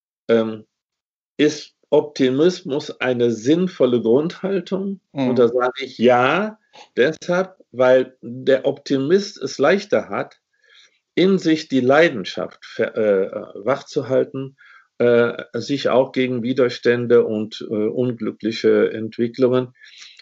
ist Optimismus eine sinnvolle Grundhaltung? Und da sage ich ja, deshalb, weil der Optimist es leichter hat, in sich die Leidenschaft wachzuhalten, sich auch gegen Widerstände und unglückliche Entwicklungen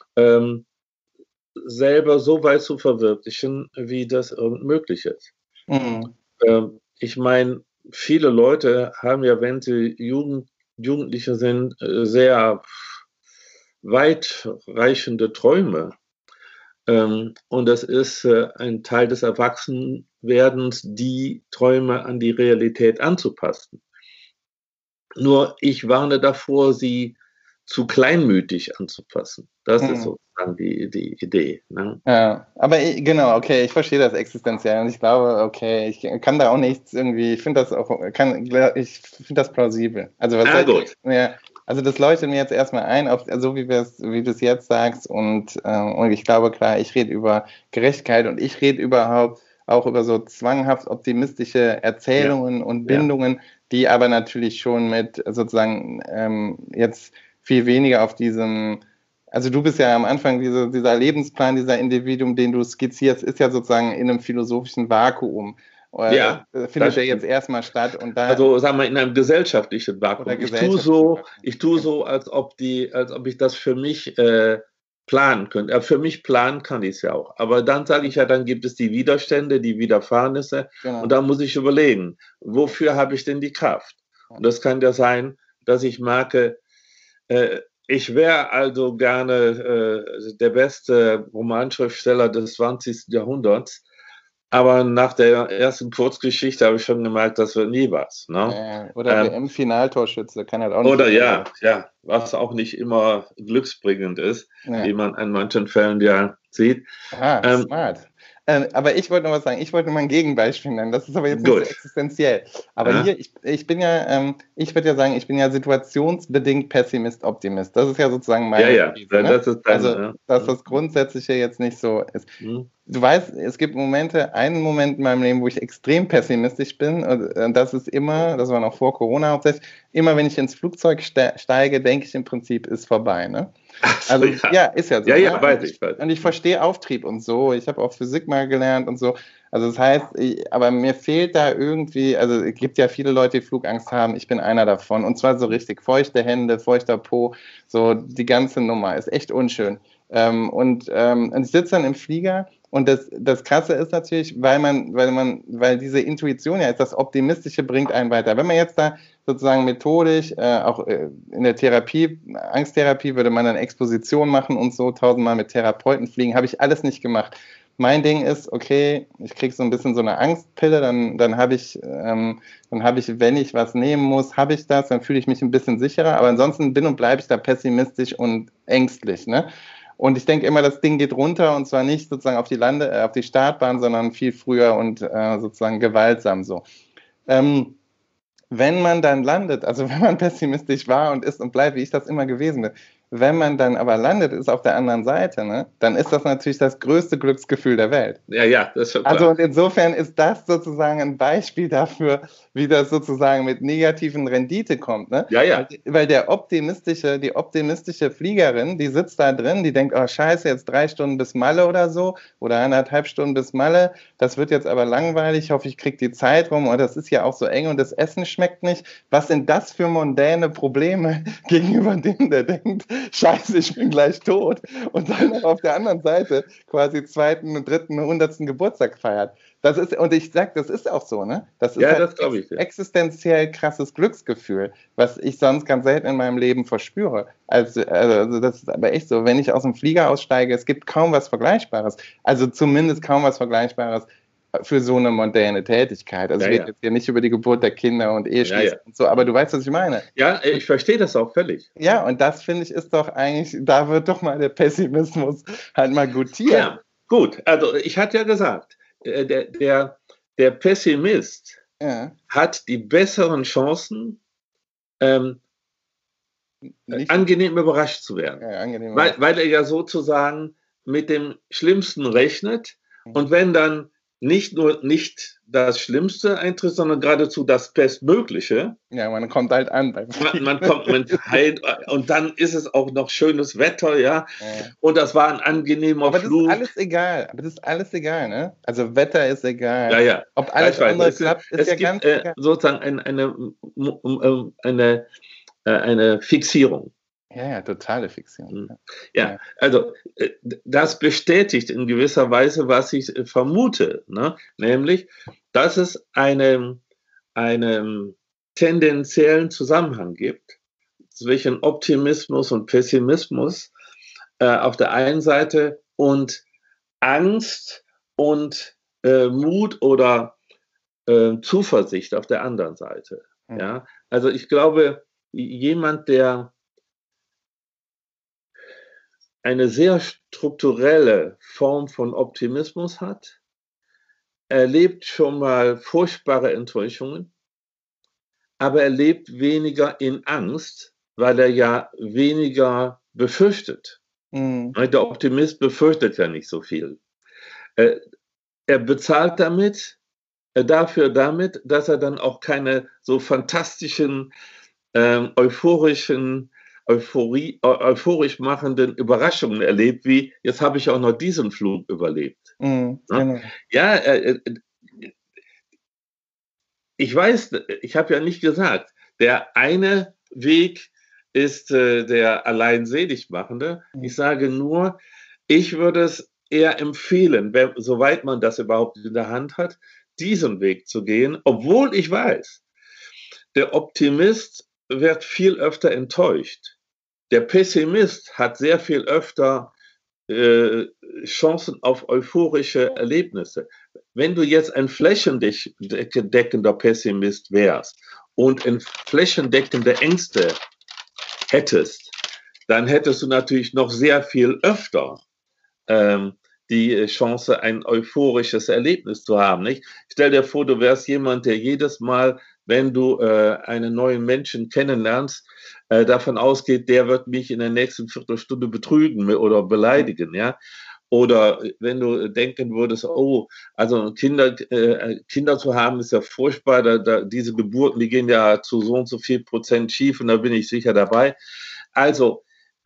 selber so weit zu verwirklichen, wie das irgend möglich ist. Mhm. Ich meine, viele Leute haben ja, wenn sie Jugendliche sind, sehr weitreichende Träume. Und das ist ein Teil des Erwachsenwerdens, die Träume an die Realität anzupassen. Nur ich warne davor, sie zu kleinmütig anzupassen. Das ist sozusagen die Idee. Ne? Ja, aber genau, okay, ich verstehe das existenziell und ich glaube, okay, ich kann da auch nichts irgendwie, ich finde das auch, ich finde das plausibel. Also was heißt, Gut. ja, also das leuchtet mir jetzt erstmal ein, so wie du es jetzt sagst und ich glaube, klar, ich rede über Gerechtigkeit und ich rede überhaupt auch über so zwanghaft optimistische Erzählungen und Bindungen, die aber natürlich schon mit sozusagen jetzt viel weniger auf diesem. Also du bist ja am Anfang, dieser Lebensplan, dieser Individuum, den du skizzierst, ist ja sozusagen in einem philosophischen Vakuum. Ja, Findet der jetzt erstmal statt und da. Also sagen wir in einem gesellschaftlichen Vakuum. Ich tue so, als ob ich das für mich planen könnte. Für mich planen kann ich es ja auch. Aber dann sage ich ja, dann gibt es die Widerstände, die Widerfahrnisse. Genau. Und da muss ich überlegen, wofür habe ich denn die Kraft? Und das kann ja sein, dass ich merke, ich wäre also gerne der beste Romanschriftsteller des 20. Jahrhunderts, aber nach der ersten Kurzgeschichte habe ich schon gemerkt, das wird nie was. Ne? Oder WM-Finaltorschütze, kann halt auch nicht. Oder ja, was auch nicht immer glücksbringend ist, wie man in manchen Fällen ja sieht. Smart. Aber ich wollte noch was sagen. Ich wollte mal ein Gegenbeispiel nennen. Das ist aber jetzt nicht so existenziell. Aber hier, ich bin ja, ich würde ja sagen, ich bin ja situationsbedingt Pessimist, Optimist. Das ist ja sozusagen meine These, ne? Das ist dann, also, dass das Grundsätzliche jetzt nicht so ist. Du weißt, es gibt einen Moment in meinem Leben, wo ich extrem pessimistisch bin. Und das ist immer, das war noch vor Corona hauptsächlich, immer wenn ich ins Flugzeug steige, denke ich im Prinzip, ist vorbei, ne? Also, ja, ist ja so. Ja, ne? weiß ich. Und ich verstehe Auftrieb und so. Ich habe auch Physik mal gelernt und so. Also das heißt, aber mir fehlt da irgendwie, also es gibt ja viele Leute, die Flugangst haben. Ich bin einer davon. Und zwar so richtig feuchte Hände, feuchter Po. So die ganze Nummer ist echt unschön. Und ich sitze dann im Flieger. Und das Krasse ist natürlich, weil diese Intuition ja ist, das Optimistische bringt einen weiter. Wenn man jetzt da sozusagen methodisch, auch in der Therapie, Angsttherapie, würde man dann Exposition machen und so, 1000-mal mit Therapeuten fliegen, habe ich alles nicht gemacht. Mein Ding ist, okay, ich kriege so ein bisschen so eine Angstpille, dann habe ich, wenn ich was nehmen muss, habe ich das, dann fühle ich mich ein bisschen sicherer, aber ansonsten bin und bleibe ich da pessimistisch und ängstlich, ne? Und ich denke immer, das Ding geht runter und zwar nicht sozusagen auf die Startbahn, sondern viel früher und sozusagen gewaltsam so. Wenn man dann landet, also wenn man pessimistisch war und ist und bleibt, wie ich das immer gewesen bin, wenn man dann aber landet, ist auf der anderen Seite, ne, dann ist das natürlich das größte Glücksgefühl der Welt. Ja, das ist schon klar. Also und insofern ist das sozusagen ein Beispiel dafür, wie das sozusagen mit negativen Rendite kommt. Ne? Ja. Weil die optimistische Fliegerin, die sitzt da drin, die denkt, oh scheiße, jetzt 3 Stunden bis Malle oder so, oder 1,5 Stunden bis Malle, das wird jetzt aber langweilig, ich hoffe, ich kriege die Zeit rum, und das ist ja auch so eng und das Essen schmeckt nicht. Was sind das für mondäne Probleme gegenüber dem, der denkt, scheiße, ich bin gleich tot, und dann noch auf der anderen Seite quasi 2., 3., 100. Geburtstag feiert. Das ist, und ich sag, das ist auch so, ne? Das ist das glaube ich. Existenziell krasses Glücksgefühl, was ich sonst ganz selten in meinem Leben verspüre. Also das ist aber echt so, wenn ich aus dem Flieger aussteige, es gibt kaum was Vergleichbares. Also zumindest kaum was Vergleichbares für so eine mondäne Tätigkeit. Also ich rede jetzt hier nicht über die Geburt der Kinder und Eheschließung und so, aber du weißt, was ich meine. Ja, ich verstehe das auch völlig. Ja, und das, finde ich, ist doch eigentlich, da wird doch mal der Pessimismus halt mal gutiert. Ja, gut, also ich hatte ja gesagt, der Pessimist hat die besseren Chancen, angenehm überrascht zu werden. Ja, weil er ja sozusagen mit dem Schlimmsten rechnet, und wenn dann nicht nur nicht das Schlimmste eintritt, sondern geradezu das Bestmögliche. Ja, man kommt halt an. Man kommt halt, und dann ist es auch noch schönes Wetter, ja. Und das war ein angenehmer Flug. Aber das ist alles egal, ne? Also Wetter ist egal. Ja. Ob alles andere klappt, ist ja ganz egal. Sozusagen eine Fixierung. Ja, totale Fixierung. Ja, also das bestätigt in gewisser Weise, was ich vermute, ne? Nämlich, dass es einen tendenziellen Zusammenhang gibt zwischen Optimismus und Pessimismus auf der einen Seite und Angst und Mut oder Zuversicht auf der anderen Seite. Ja, also ich glaube, jemand, der eine sehr strukturelle Form von Optimismus hat, erlebt schon mal furchtbare Enttäuschungen, aber er lebt weniger in Angst, weil er ja weniger befürchtet. Der Optimist befürchtet ja nicht so viel. Er bezahlt dafür, dass er dann auch keine so fantastischen, euphorisch machenden Überraschungen erlebt, wie jetzt habe ich auch noch diesen Flug überlebt. Genau. Ja, ich weiß, ich habe ja nicht gesagt, der eine Weg ist der allein selig machende. Ich sage nur, ich würde es eher empfehlen, soweit man das überhaupt in der Hand hat, diesen Weg zu gehen, obwohl ich weiß, der Optimist wird viel öfter enttäuscht. Der Pessimist hat sehr viel öfter Chancen auf euphorische Erlebnisse. Wenn du jetzt ein flächendeckender Pessimist wärst und flächendeckende Ängste hättest, dann hättest du natürlich noch sehr viel öfter die Chance, ein euphorisches Erlebnis zu haben. Nicht? Stell dir vor, du wärst jemand, der jedes Mal, wenn du einen neuen Menschen kennenlernst, davon ausgeht, der wird mich in der nächsten Viertelstunde betrügen oder beleidigen, ja. Oder wenn du denken würdest, oh, also Kinder zu haben ist ja furchtbar, diese Geburten, die gehen ja zu so und so viel Prozent schief und da bin ich sicher dabei. Also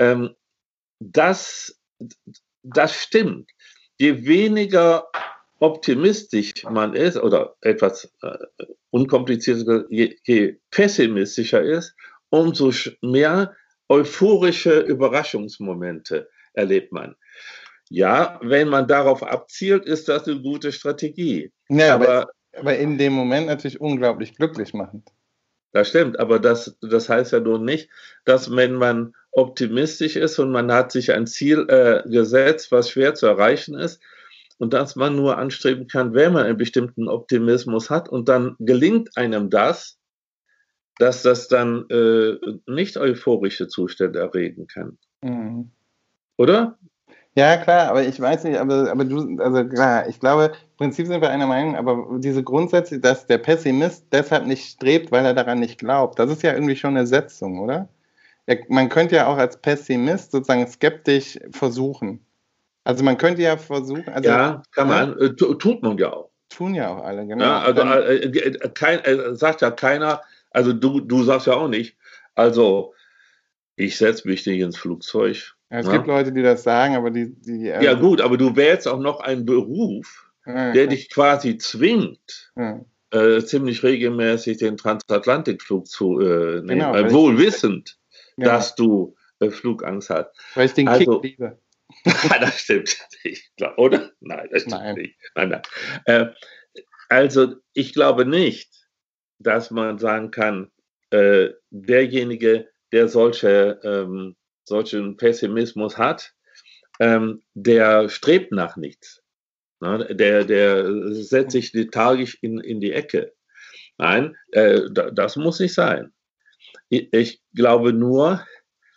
das stimmt. Je weniger optimistisch man ist oder etwas unkomplizierter, je pessimistischer ist, umso mehr euphorische Überraschungsmomente erlebt man. Ja, wenn man darauf abzielt, ist das eine gute Strategie. Ja, aber in dem Moment natürlich unglaublich glücklich machend. Das stimmt, aber das heißt ja nun nicht, dass wenn man optimistisch ist und man hat sich ein Ziel gesetzt, was schwer zu erreichen ist, und dass man nur anstreben kann, wenn man einen bestimmten Optimismus hat und dann gelingt einem das, dass das dann nicht euphorische Zustände erregen kann. Mhm. Oder? Ja, klar, aber ich weiß nicht, aber du, also klar, ich glaube, im Prinzip sind wir einer Meinung, aber diese Grundsätze, dass der Pessimist deshalb nicht strebt, weil er daran nicht glaubt, das ist ja irgendwie schon eine Setzung, oder? Ja, man könnte ja auch als Pessimist sozusagen skeptisch versuchen. Also man könnte ja versuchen. Also, ja, kann man, tut man ja auch. Tun ja auch alle, genau. Ja, also sagt ja keiner, also du sagst ja auch nicht, also ich setze mich nicht ins Flugzeug. Ja, es gibt Leute, die das sagen, aber ja gut, aber du wählst auch noch einen Beruf, der dich quasi zwingt, ziemlich regelmäßig den Transatlantikflug zu nehmen, genau, wohl wissend, dass du Flugangst hast. Weil ich den Kick liebe. Das stimmt nicht, oder? Nein, das stimmt nicht. Nein. Also ich glaube nicht, dass man sagen kann, derjenige, der solchen Pessimismus hat, der strebt nach nichts. Ne? Der setzt sich lethargisch in die Ecke. Nein, das muss nicht sein. Ich glaube nur,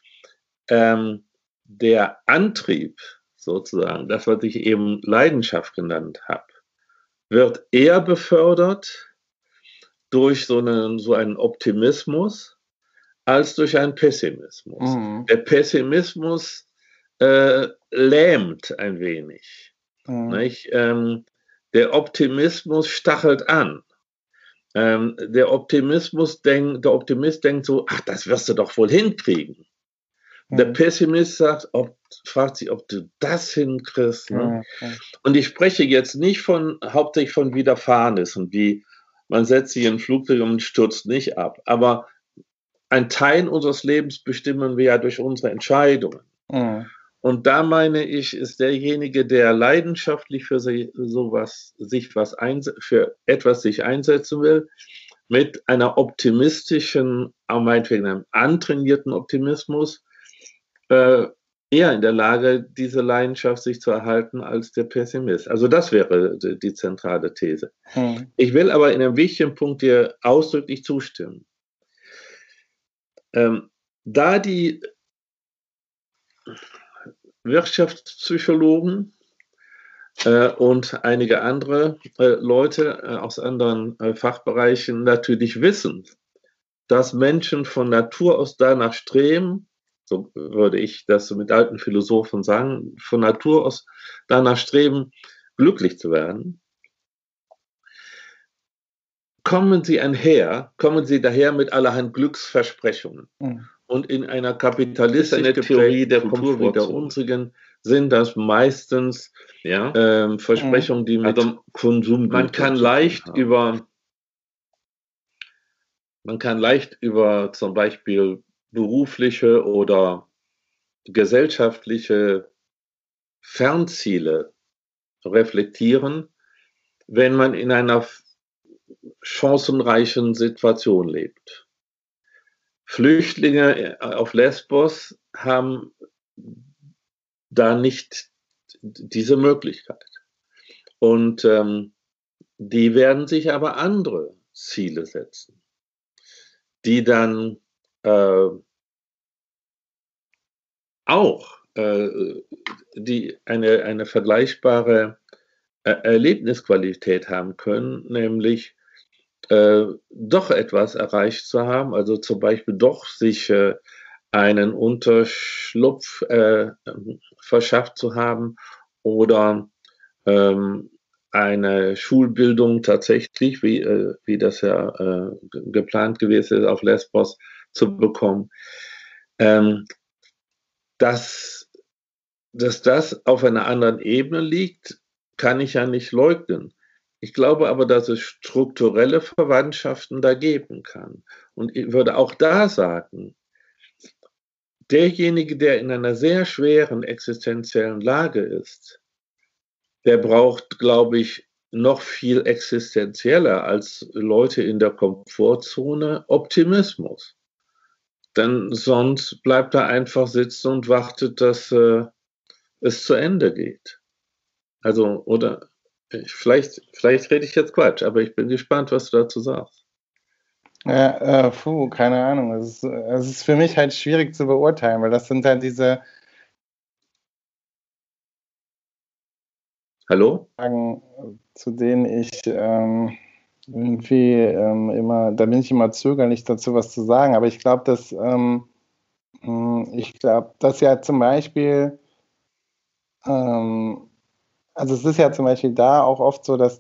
der Antrieb sozusagen, das, was ich eben Leidenschaft genannt habe, wird eher befördert durch so einen Optimismus als durch einen Pessimismus. Mhm. Der Pessimismus lähmt ein wenig. Nicht? Der Optimismus stachelt an. Der Optimist denkt so, ach, das wirst du doch wohl hinkriegen. Der Pessimist fragt sich, ob du das hinkriegst. Ne? Und ich spreche jetzt nicht hauptsächlich von Widerfahrenes und wie man setzt sich in ein Flugzeug und stürzt nicht ab. Aber ein Teil unseres Lebens bestimmen wir ja durch unsere Entscheidungen. Und da meine ich, ist derjenige, der leidenschaftlich für für etwas sich einsetzen will, mit einer optimistischen, auch meinetwegen einem antrainierten Optimismus, eher in der Lage, diese Leidenschaft sich zu erhalten als der Pessimist. Also das wäre die zentrale These. Ich will aber in einem wichtigen Punkt dir ausdrücklich zustimmen. Da die Wirtschaftspsychologen und einige andere Leute aus anderen Fachbereichen natürlich wissen, dass Menschen von Natur aus danach streben, so würde ich das mit alten Philosophen sagen, von Natur aus danach streben, glücklich zu werden, kommen sie daher mit allerhand Glücksversprechungen. Und in einer kapitalistischen Theorie der Kultur wie der unsrigen sind das meistens Versprechungen, die mit Konsum. Man kann leicht über zum Beispiel berufliche oder gesellschaftliche Fernziele reflektieren, wenn man in einer chancenreichen Situation lebt. Flüchtlinge auf Lesbos haben da nicht diese Möglichkeit. Und die werden sich aber andere Ziele setzen, die dann auch die eine vergleichbare Erlebnisqualität haben können, nämlich doch etwas erreicht zu haben, also zum Beispiel doch sich einen Unterschlupf verschafft zu haben oder eine Schulbildung tatsächlich, wie das ja geplant gewesen ist, auf Lesbos zu bekommen. Dass das auf einer anderen Ebene liegt, kann ich ja nicht leugnen. Ich glaube aber, dass es strukturelle Verwandtschaften da geben kann. Und ich würde auch da sagen, derjenige, der in einer sehr schweren existenziellen Lage ist, der braucht, glaube ich, noch viel existenzieller als Leute in der Komfortzone Optimismus. Denn sonst bleibt er einfach sitzen und wartet, dass es zu Ende geht. Also, oder vielleicht rede ich jetzt Quatsch, aber ich bin gespannt, was du dazu sagst. Ja, keine Ahnung. Es ist für mich halt schwierig zu beurteilen, weil das sind halt diese Hallo? Fragen, zu denen ich irgendwie immer, da bin ich immer zögerlich dazu, was zu sagen. Aber ich glaube, dass ja zum Beispiel, also es ist ja zum Beispiel da auch oft so, dass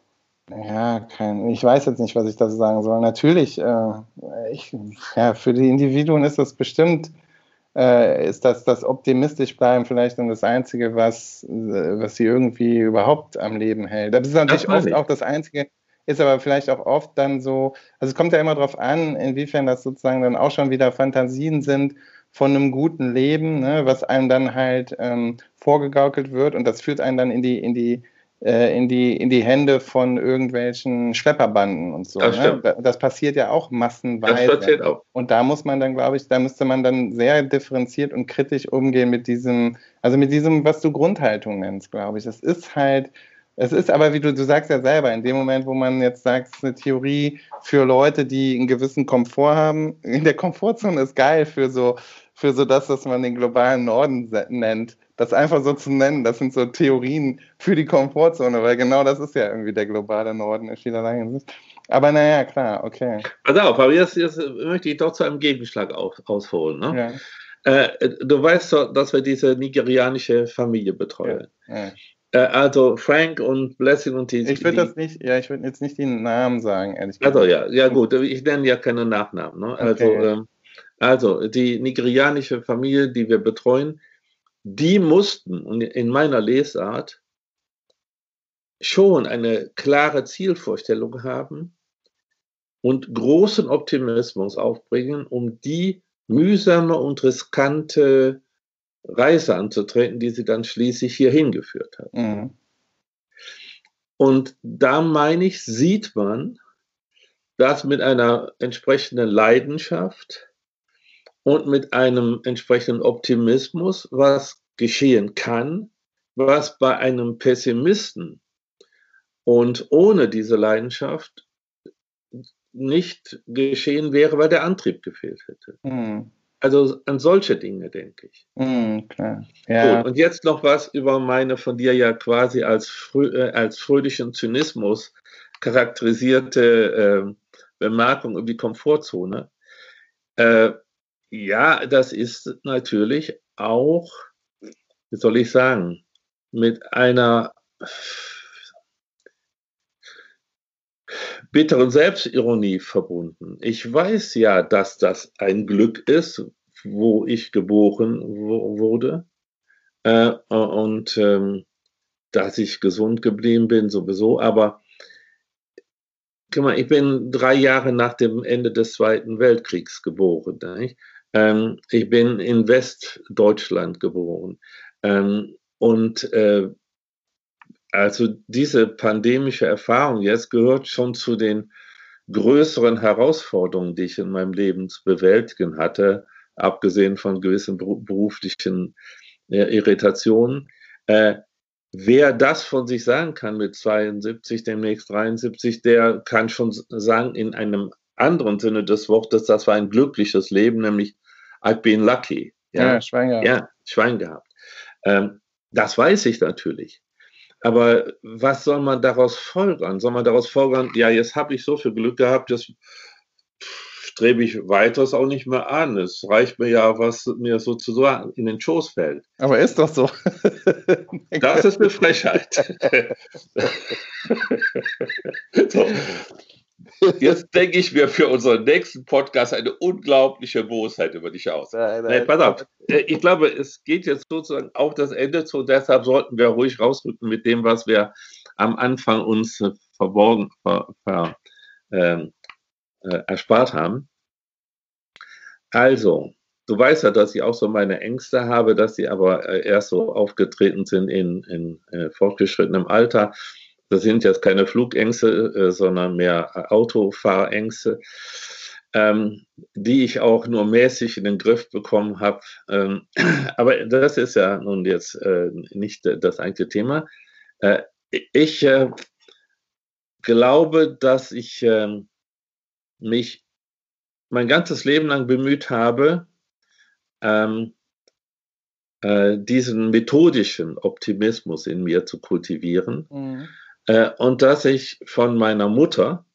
ich weiß jetzt nicht, was ich dazu sagen soll. Natürlich, für die Individuen ist das bestimmt, ist das optimistisch bleiben vielleicht dann das Einzige, was sie irgendwie überhaupt am Leben hält. Das ist natürlich oft auch das Einzige, ist aber vielleicht auch oft dann so, also es kommt ja immer darauf an, inwiefern das sozusagen dann auch schon wieder Fantasien sind von einem guten Leben, ne, was einem dann halt vorgegaukelt wird, und das führt einen dann in die Hände von irgendwelchen Schlepperbanden und so. Ne? Das passiert ja auch massenweise. Das passiert auch. Und da muss man dann, glaube ich, da müsste man dann sehr differenziert und kritisch umgehen mit diesem, was du Grundhaltung nennst, glaube ich. Es ist aber, wie du sagst ja selber, in dem Moment, wo man jetzt sagt, es ist eine Theorie für Leute, die einen gewissen Komfort haben, in der Komfortzone ist geil für so das, was man den globalen Norden nennt. Das einfach so zu nennen, das sind so Theorien für die Komfortzone, weil genau das ist ja irgendwie der globale Norden in vielerlei Hinsicht. Aber naja, klar, okay. Pass auf, aber jetzt möchte ich doch zu einem Gegenschlag ausholen. Ne? Ja. Du weißt doch, dass wir diese nigerianische Familie betreuen. Ja. Also Frank und Blessing und die. Ich würde jetzt nicht die Namen sagen, ehrlich gesagt. Also ja gut, ich nenne ja keine Nachnamen. Ne? Okay. Also die nigerianische Familie, die wir betreuen, die mussten in meiner Lesart schon eine klare Zielvorstellung haben und großen Optimismus aufbringen, um die mühsame und riskante Reise anzutreten, die sie dann schließlich hierhin geführt hat. Mhm. Und da meine ich, sieht man, dass mit einer entsprechenden Leidenschaft und mit einem entsprechenden Optimismus, was geschehen kann, was bei einem Pessimisten und ohne diese Leidenschaft nicht geschehen wäre, weil der Antrieb gefehlt hätte. Mhm. Also an solche Dinge denke ich. Klar. Ja. Gut, und jetzt noch was über meine von dir ja quasi als fröhlichen Zynismus charakterisierte Bemerkung über die Komfortzone. Ja, das ist natürlich auch, wie soll ich sagen, mit einer bitteren Selbstironie verbunden. Ich weiß ja, dass das ein Glück ist, wo ich geboren wurde und dass ich gesund geblieben bin sowieso, aber guck mal, ich bin 3 Jahre nach dem Ende des Zweiten Weltkriegs geboren. Nicht? Ich bin in Westdeutschland geboren. Also diese pandemische Erfahrung jetzt gehört schon zu den größeren Herausforderungen, die ich in meinem Leben zu bewältigen hatte, abgesehen von gewissen beruflichen Irritationen. Wer das von sich sagen kann mit 72, demnächst 73, der kann schon sagen, in einem anderen Sinne des Wortes, das war ein glückliches Leben, nämlich I've been lucky. Ja, Schwein gehabt. Ja, Schwein gehabt. Das weiß ich natürlich. Aber was soll man daraus folgern? Soll man daraus folgern, ja, jetzt habe ich so viel Glück gehabt, jetzt strebe ich weiteres auch nicht mehr an. Es reicht mir ja, was mir sozusagen in den Schoß fällt. Aber ist doch so. Das ist eine Frechheit. So. Jetzt denke ich mir für unseren nächsten Podcast eine unglaubliche Bosheit über dich aus. Nein, pass auf. Ich glaube, es geht jetzt sozusagen auf das Ende zu, deshalb sollten wir ruhig rausrücken mit dem, was wir am Anfang uns erspart haben. Also, du weißt ja, dass ich auch so meine Ängste habe, dass sie aber erst so aufgetreten sind in fortgeschrittenem Alter. Das sind jetzt keine Flugängste, sondern mehr Autofahrängste, die ich auch nur mäßig in den Griff bekommen habe. Aber das ist ja nun jetzt nicht das eigentliche Thema. Ich glaube, dass ich mich mein ganzes Leben lang bemüht habe, diesen methodischen Optimismus in mir zu kultivieren. Mhm. Und dass ich von meiner Mutter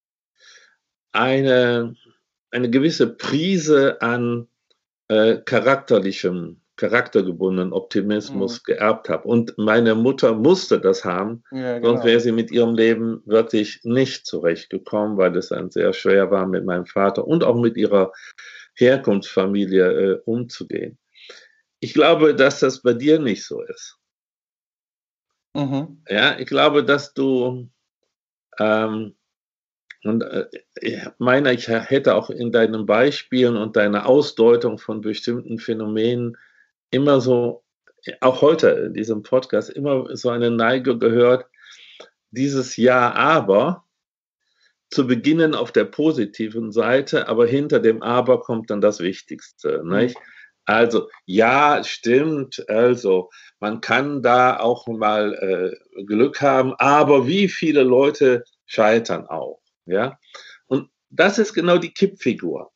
eine gewisse Prise an charaktergebundenen Optimismus geerbt habe. Und meine Mutter musste das haben, sonst wäre sie mit ihrem Leben wirklich nicht zurechtgekommen, weil es dann sehr schwer war, mit meinem Vater und auch mit ihrer Herkunftsfamilie umzugehen. Ich glaube, dass das bei dir nicht so ist. Mhm. Ja, ich glaube, dass du ich meine, ich hätte auch in deinen Beispielen und deiner Ausdeutung von bestimmten Phänomenen immer so, auch heute in diesem Podcast, immer so eine Neige gehört, dieses Ja, aber zu beginnen auf der positiven Seite, aber hinter dem Aber kommt dann das Wichtigste. Nicht? Also, ja, stimmt, also man kann da auch mal Glück haben, aber wie viele Leute scheitern auch. Ja? Und das ist genau die Kippfigur.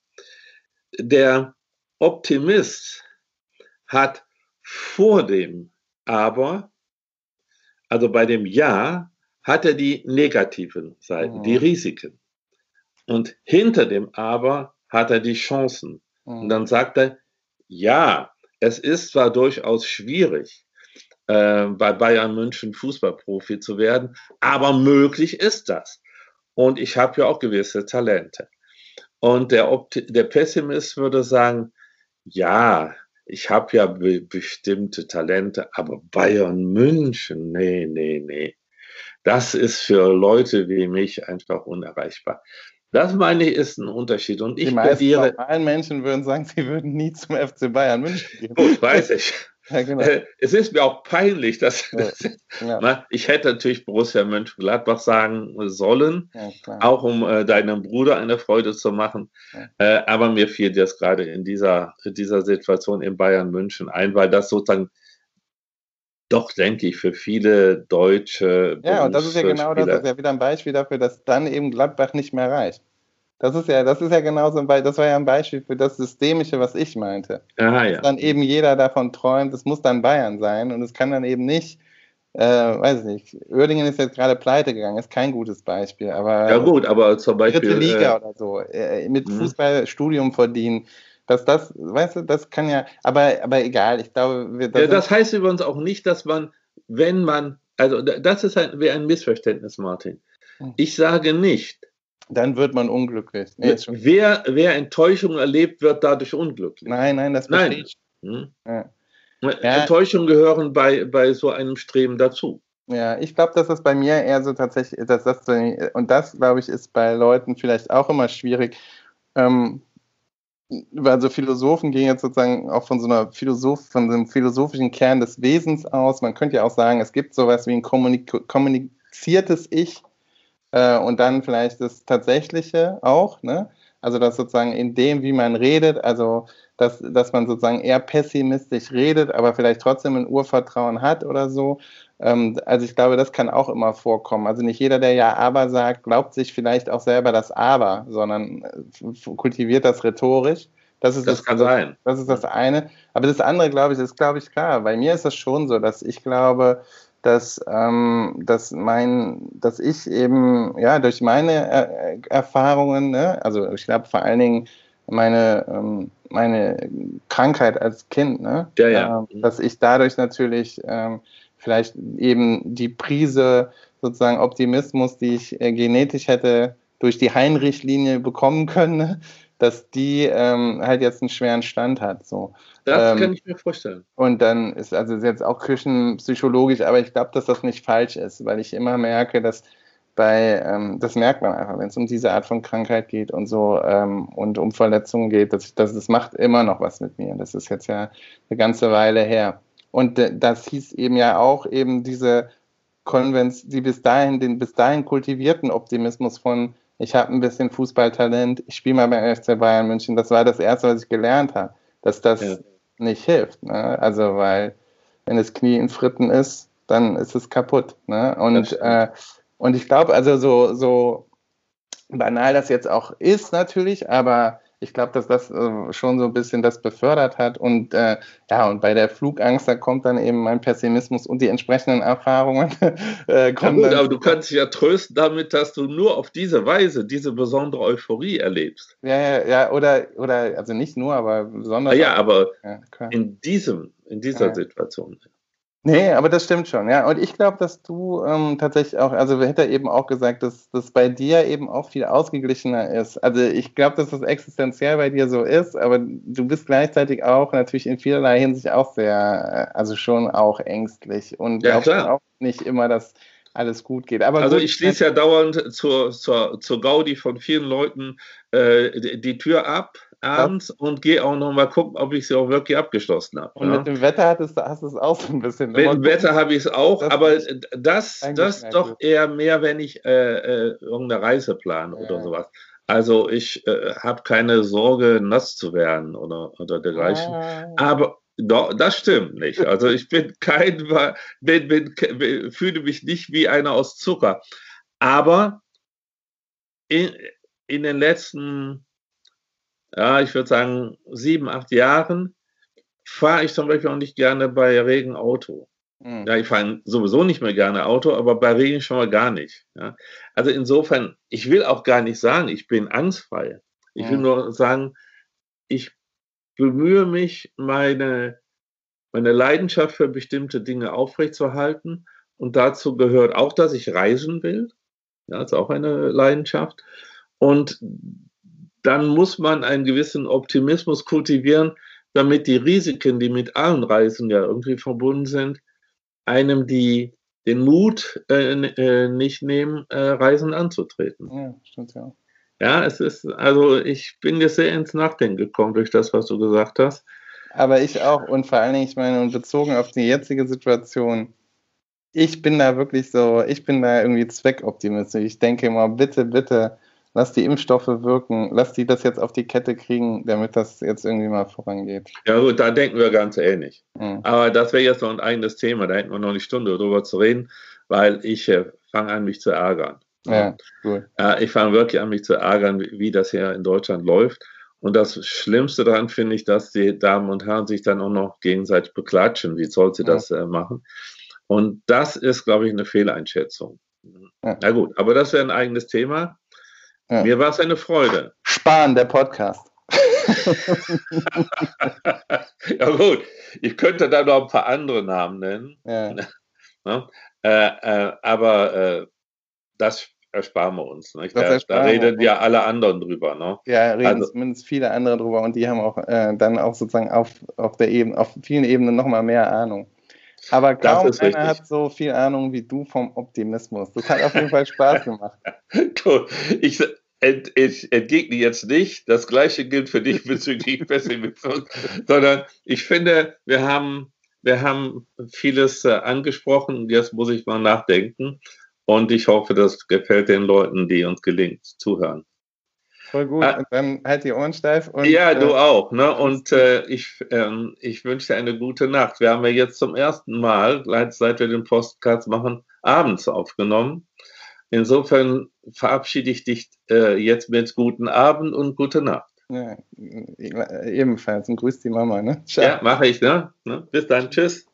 Der Optimist hat vor dem Aber, also bei dem Ja, hat er die negativen Seiten, die Risiken. Und hinter dem Aber hat er die Chancen. Und dann sagt er, ja, es ist zwar durchaus schwierig, bei Bayern München Fußballprofi zu werden, aber möglich ist das. Und ich habe ja auch gewisse Talente. Und der Pessimist würde sagen, ja, ich habe ja bestimmte Talente, aber Bayern München, nee. Das ist für Leute wie mich einfach unerreichbar. Das, meine ich, ist ein Unterschied. Und ich die meisten normalen Menschen würden sagen, sie würden nie zum FC Bayern München gehen. Gut, weiß ich. Ja, genau. Es ist mir auch peinlich, dass ich hätte natürlich Borussia Mönchengladbach sagen sollen, auch um deinem Bruder eine Freude zu machen. Ja. Aber mir fiel das gerade in dieser Situation in Bayern München ein, weil das sozusagen doch, denke ich, für viele Deutsche. Ja, und das ist ja genau das, ist ja wieder ein Beispiel dafür, dass dann eben Gladbach nicht mehr reicht. Das ist ja genauso ein Beispiel, das war ja ein Beispiel für das Systemische, was ich meinte. Aha, dass dann eben jeder davon träumt, es muss dann Bayern sein und es kann dann eben nicht, weiß ich nicht, Uerdingen ist jetzt gerade pleite gegangen, ist kein gutes Beispiel, aber ja gut, aber zum Beispiel dritte Liga oder so, mit Fußballstudium verdienen, dass das, weißt du, das kann ja, aber egal, ich glaube... Das heißt übrigens auch nicht, dass man, wenn man, also das wäre ein Missverständnis, Martin. Ich sage nicht, dann wird man unglücklich. Nee, wer Enttäuschung erlebt, wird dadurch unglücklich. Nein, das verstehe ich. Ja. Enttäuschungen gehören bei so einem Streben dazu. Ja, ich glaube, dass das bei mir eher so tatsächlich, und das, glaube ich, ist bei Leuten vielleicht auch immer schwierig, weil so Philosophen gehen jetzt sozusagen auch von so einem philosophischen Kern des Wesens aus. Man könnte ja auch sagen, es gibt sowas wie ein kommuniziertes Ich, und dann vielleicht das Tatsächliche auch, ne? Also dass sozusagen in dem, wie man redet, also dass man sozusagen eher pessimistisch redet, aber vielleicht trotzdem ein Urvertrauen hat oder so. Also ich glaube, das kann auch immer vorkommen. Also nicht jeder, der ja aber sagt, glaubt sich vielleicht auch selber das Aber, sondern kultiviert das rhetorisch. Das kann sein. Das ist das eine. Aber das andere, glaube ich, ist, klar. Bei mir ist das schon so, dass ich glaube, dass ich eben, ja, durch meine Erfahrungen, ne, also ich glaube vor allen Dingen meine Krankheit als Kind, ne, dass ich dadurch natürlich vielleicht eben die Prise sozusagen Optimismus, die ich genetisch hätte durch die Hein-Richtlinie bekommen können, ne, dass die halt jetzt einen schweren Stand hat. So. Das kann ich mir vorstellen. Und dann ist jetzt auch küchenpsychologisch, aber ich glaube, dass das nicht falsch ist, weil ich immer merke, dass das merkt man einfach, wenn es um diese Art von Krankheit geht und so und um Verletzungen geht, das macht immer noch was mit mir. Das ist jetzt ja eine ganze Weile her. Und das hieß eben ja auch eben den bis dahin kultivierten Optimismus von ich habe ein bisschen Fußballtalent, ich spiele mal beim FC Bayern München. Das war das Erste, was ich gelernt habe, dass das nicht hilft. Ne? Also, weil wenn das Knie in Fritten ist, dann ist es kaputt. Ne? Und ich glaube, also so banal das jetzt auch ist natürlich, aber ich glaube, dass das schon so ein bisschen das befördert hat. Und und bei der Flugangst, da kommt dann eben mein Pessimismus und die entsprechenden Erfahrungen. Aber du kannst dich ja trösten damit, dass du nur auf diese Weise diese besondere Euphorie erlebst. Ja, oder also nicht nur, aber besonders. Ja, aber in dieser Situation. Nee, aber das stimmt schon, ja. Und ich glaube, dass du tatsächlich auch, also hätte eben auch gesagt, dass das bei dir eben auch viel ausgeglichener ist. Also ich glaube, dass das existenziell bei dir so ist, aber du bist gleichzeitig auch natürlich in vielerlei Hinsicht auch sehr, also schon auch ängstlich und glaubst auch nicht immer, dass alles gut geht. Aber also ich schließe ja dauernd zur Gaudi von vielen Leuten die Tür ab abends und gehe auch noch mal gucken, ob ich sie auch wirklich abgeschlossen habe. Und mit dem Wetter hast du es auch so ein bisschen. Mit dem Wetter habe ich es auch, aber das doch eher mehr, wenn ich irgendeine Reise plane oder sowas. Also ich habe keine Sorge, nass zu werden oder dergleichen. Aber doch, das stimmt nicht. Also ich bin fühle mich nicht wie einer aus Zucker. Aber in den letzten, ich würde sagen 7, 8 Jahren fahre ich zum Beispiel auch nicht gerne bei Regen Auto. Ja, ich fahre sowieso nicht mehr gerne Auto, aber bei Regen schon mal gar nicht. Ja. Also insofern, ich will auch gar nicht sagen, ich bin angstfrei. Ich will nur sagen, ich bemühe mich, meine Leidenschaft für bestimmte Dinge aufrechtzuerhalten. Und dazu gehört auch, dass ich reisen will. Ja, ist auch eine Leidenschaft. Und dann muss man einen gewissen Optimismus kultivieren, damit die Risiken, die mit allen Reisen ja irgendwie verbunden sind, einem den Mut nicht nehmen, Reisen anzutreten. Ja, stimmt ja. Ja, ich bin jetzt sehr ins Nachdenken gekommen durch das, was du gesagt hast. Aber ich auch und vor allen Dingen, ich meine, und bezogen auf die jetzige Situation, ich bin da irgendwie zweckoptimistisch. Ich denke immer, bitte, lass die Impfstoffe wirken, lass die das jetzt auf die Kette kriegen, damit das jetzt irgendwie mal vorangeht. Ja gut, da denken wir ganz ähnlich. Aber das wäre jetzt noch ein eigenes Thema, da hätten wir noch eine Stunde drüber zu reden, weil ich fange an, mich zu ärgern. Ja, cool. Ich fange wirklich an, mich zu ärgern, wie das hier in Deutschland läuft. Und das Schlimmste daran finde ich, dass die Damen und Herren sich dann auch noch gegenseitig beklatschen. Wie soll sie das machen? Und das ist, glaube ich, eine Fehleinschätzung. Ja. Na gut, aber das wäre ein eigenes Thema. Ja. Mir war es eine Freude. Spahn, der Podcast. Ja gut, ich könnte da noch ein paar andere Namen nennen. Ja. Aber das ersparen wir uns. Nicht? Da reden ja alle anderen drüber. Ne? Ja, reden zumindest viele andere drüber und die haben auch dann auch sozusagen auf vielen Ebenen nochmal mehr Ahnung. Aber kaum einer hat so viel Ahnung wie du vom Optimismus. Das hat auf jeden Fall Spaß gemacht. Gut, ich entgegne jetzt nicht, das Gleiche gilt für dich bezüglich Pessimismus, sondern ich finde, wir haben vieles angesprochen, jetzt muss ich mal nachdenken und ich hoffe, das gefällt den Leuten, die uns gelingt, zuhören. Voll gut, und dann halt die Ohren steif. Und, ja, du auch. Ne? Und ich wünsche dir eine gute Nacht. Wir haben ja jetzt zum ersten Mal, seit wir den Podcast machen, abends aufgenommen. Insofern verabschiede ich dich jetzt mit guten Abend und gute Nacht. Ja, ebenfalls. Und grüß die Mama, ne? Ciao. Ja, mache ich, ne? Bis dann. Tschüss.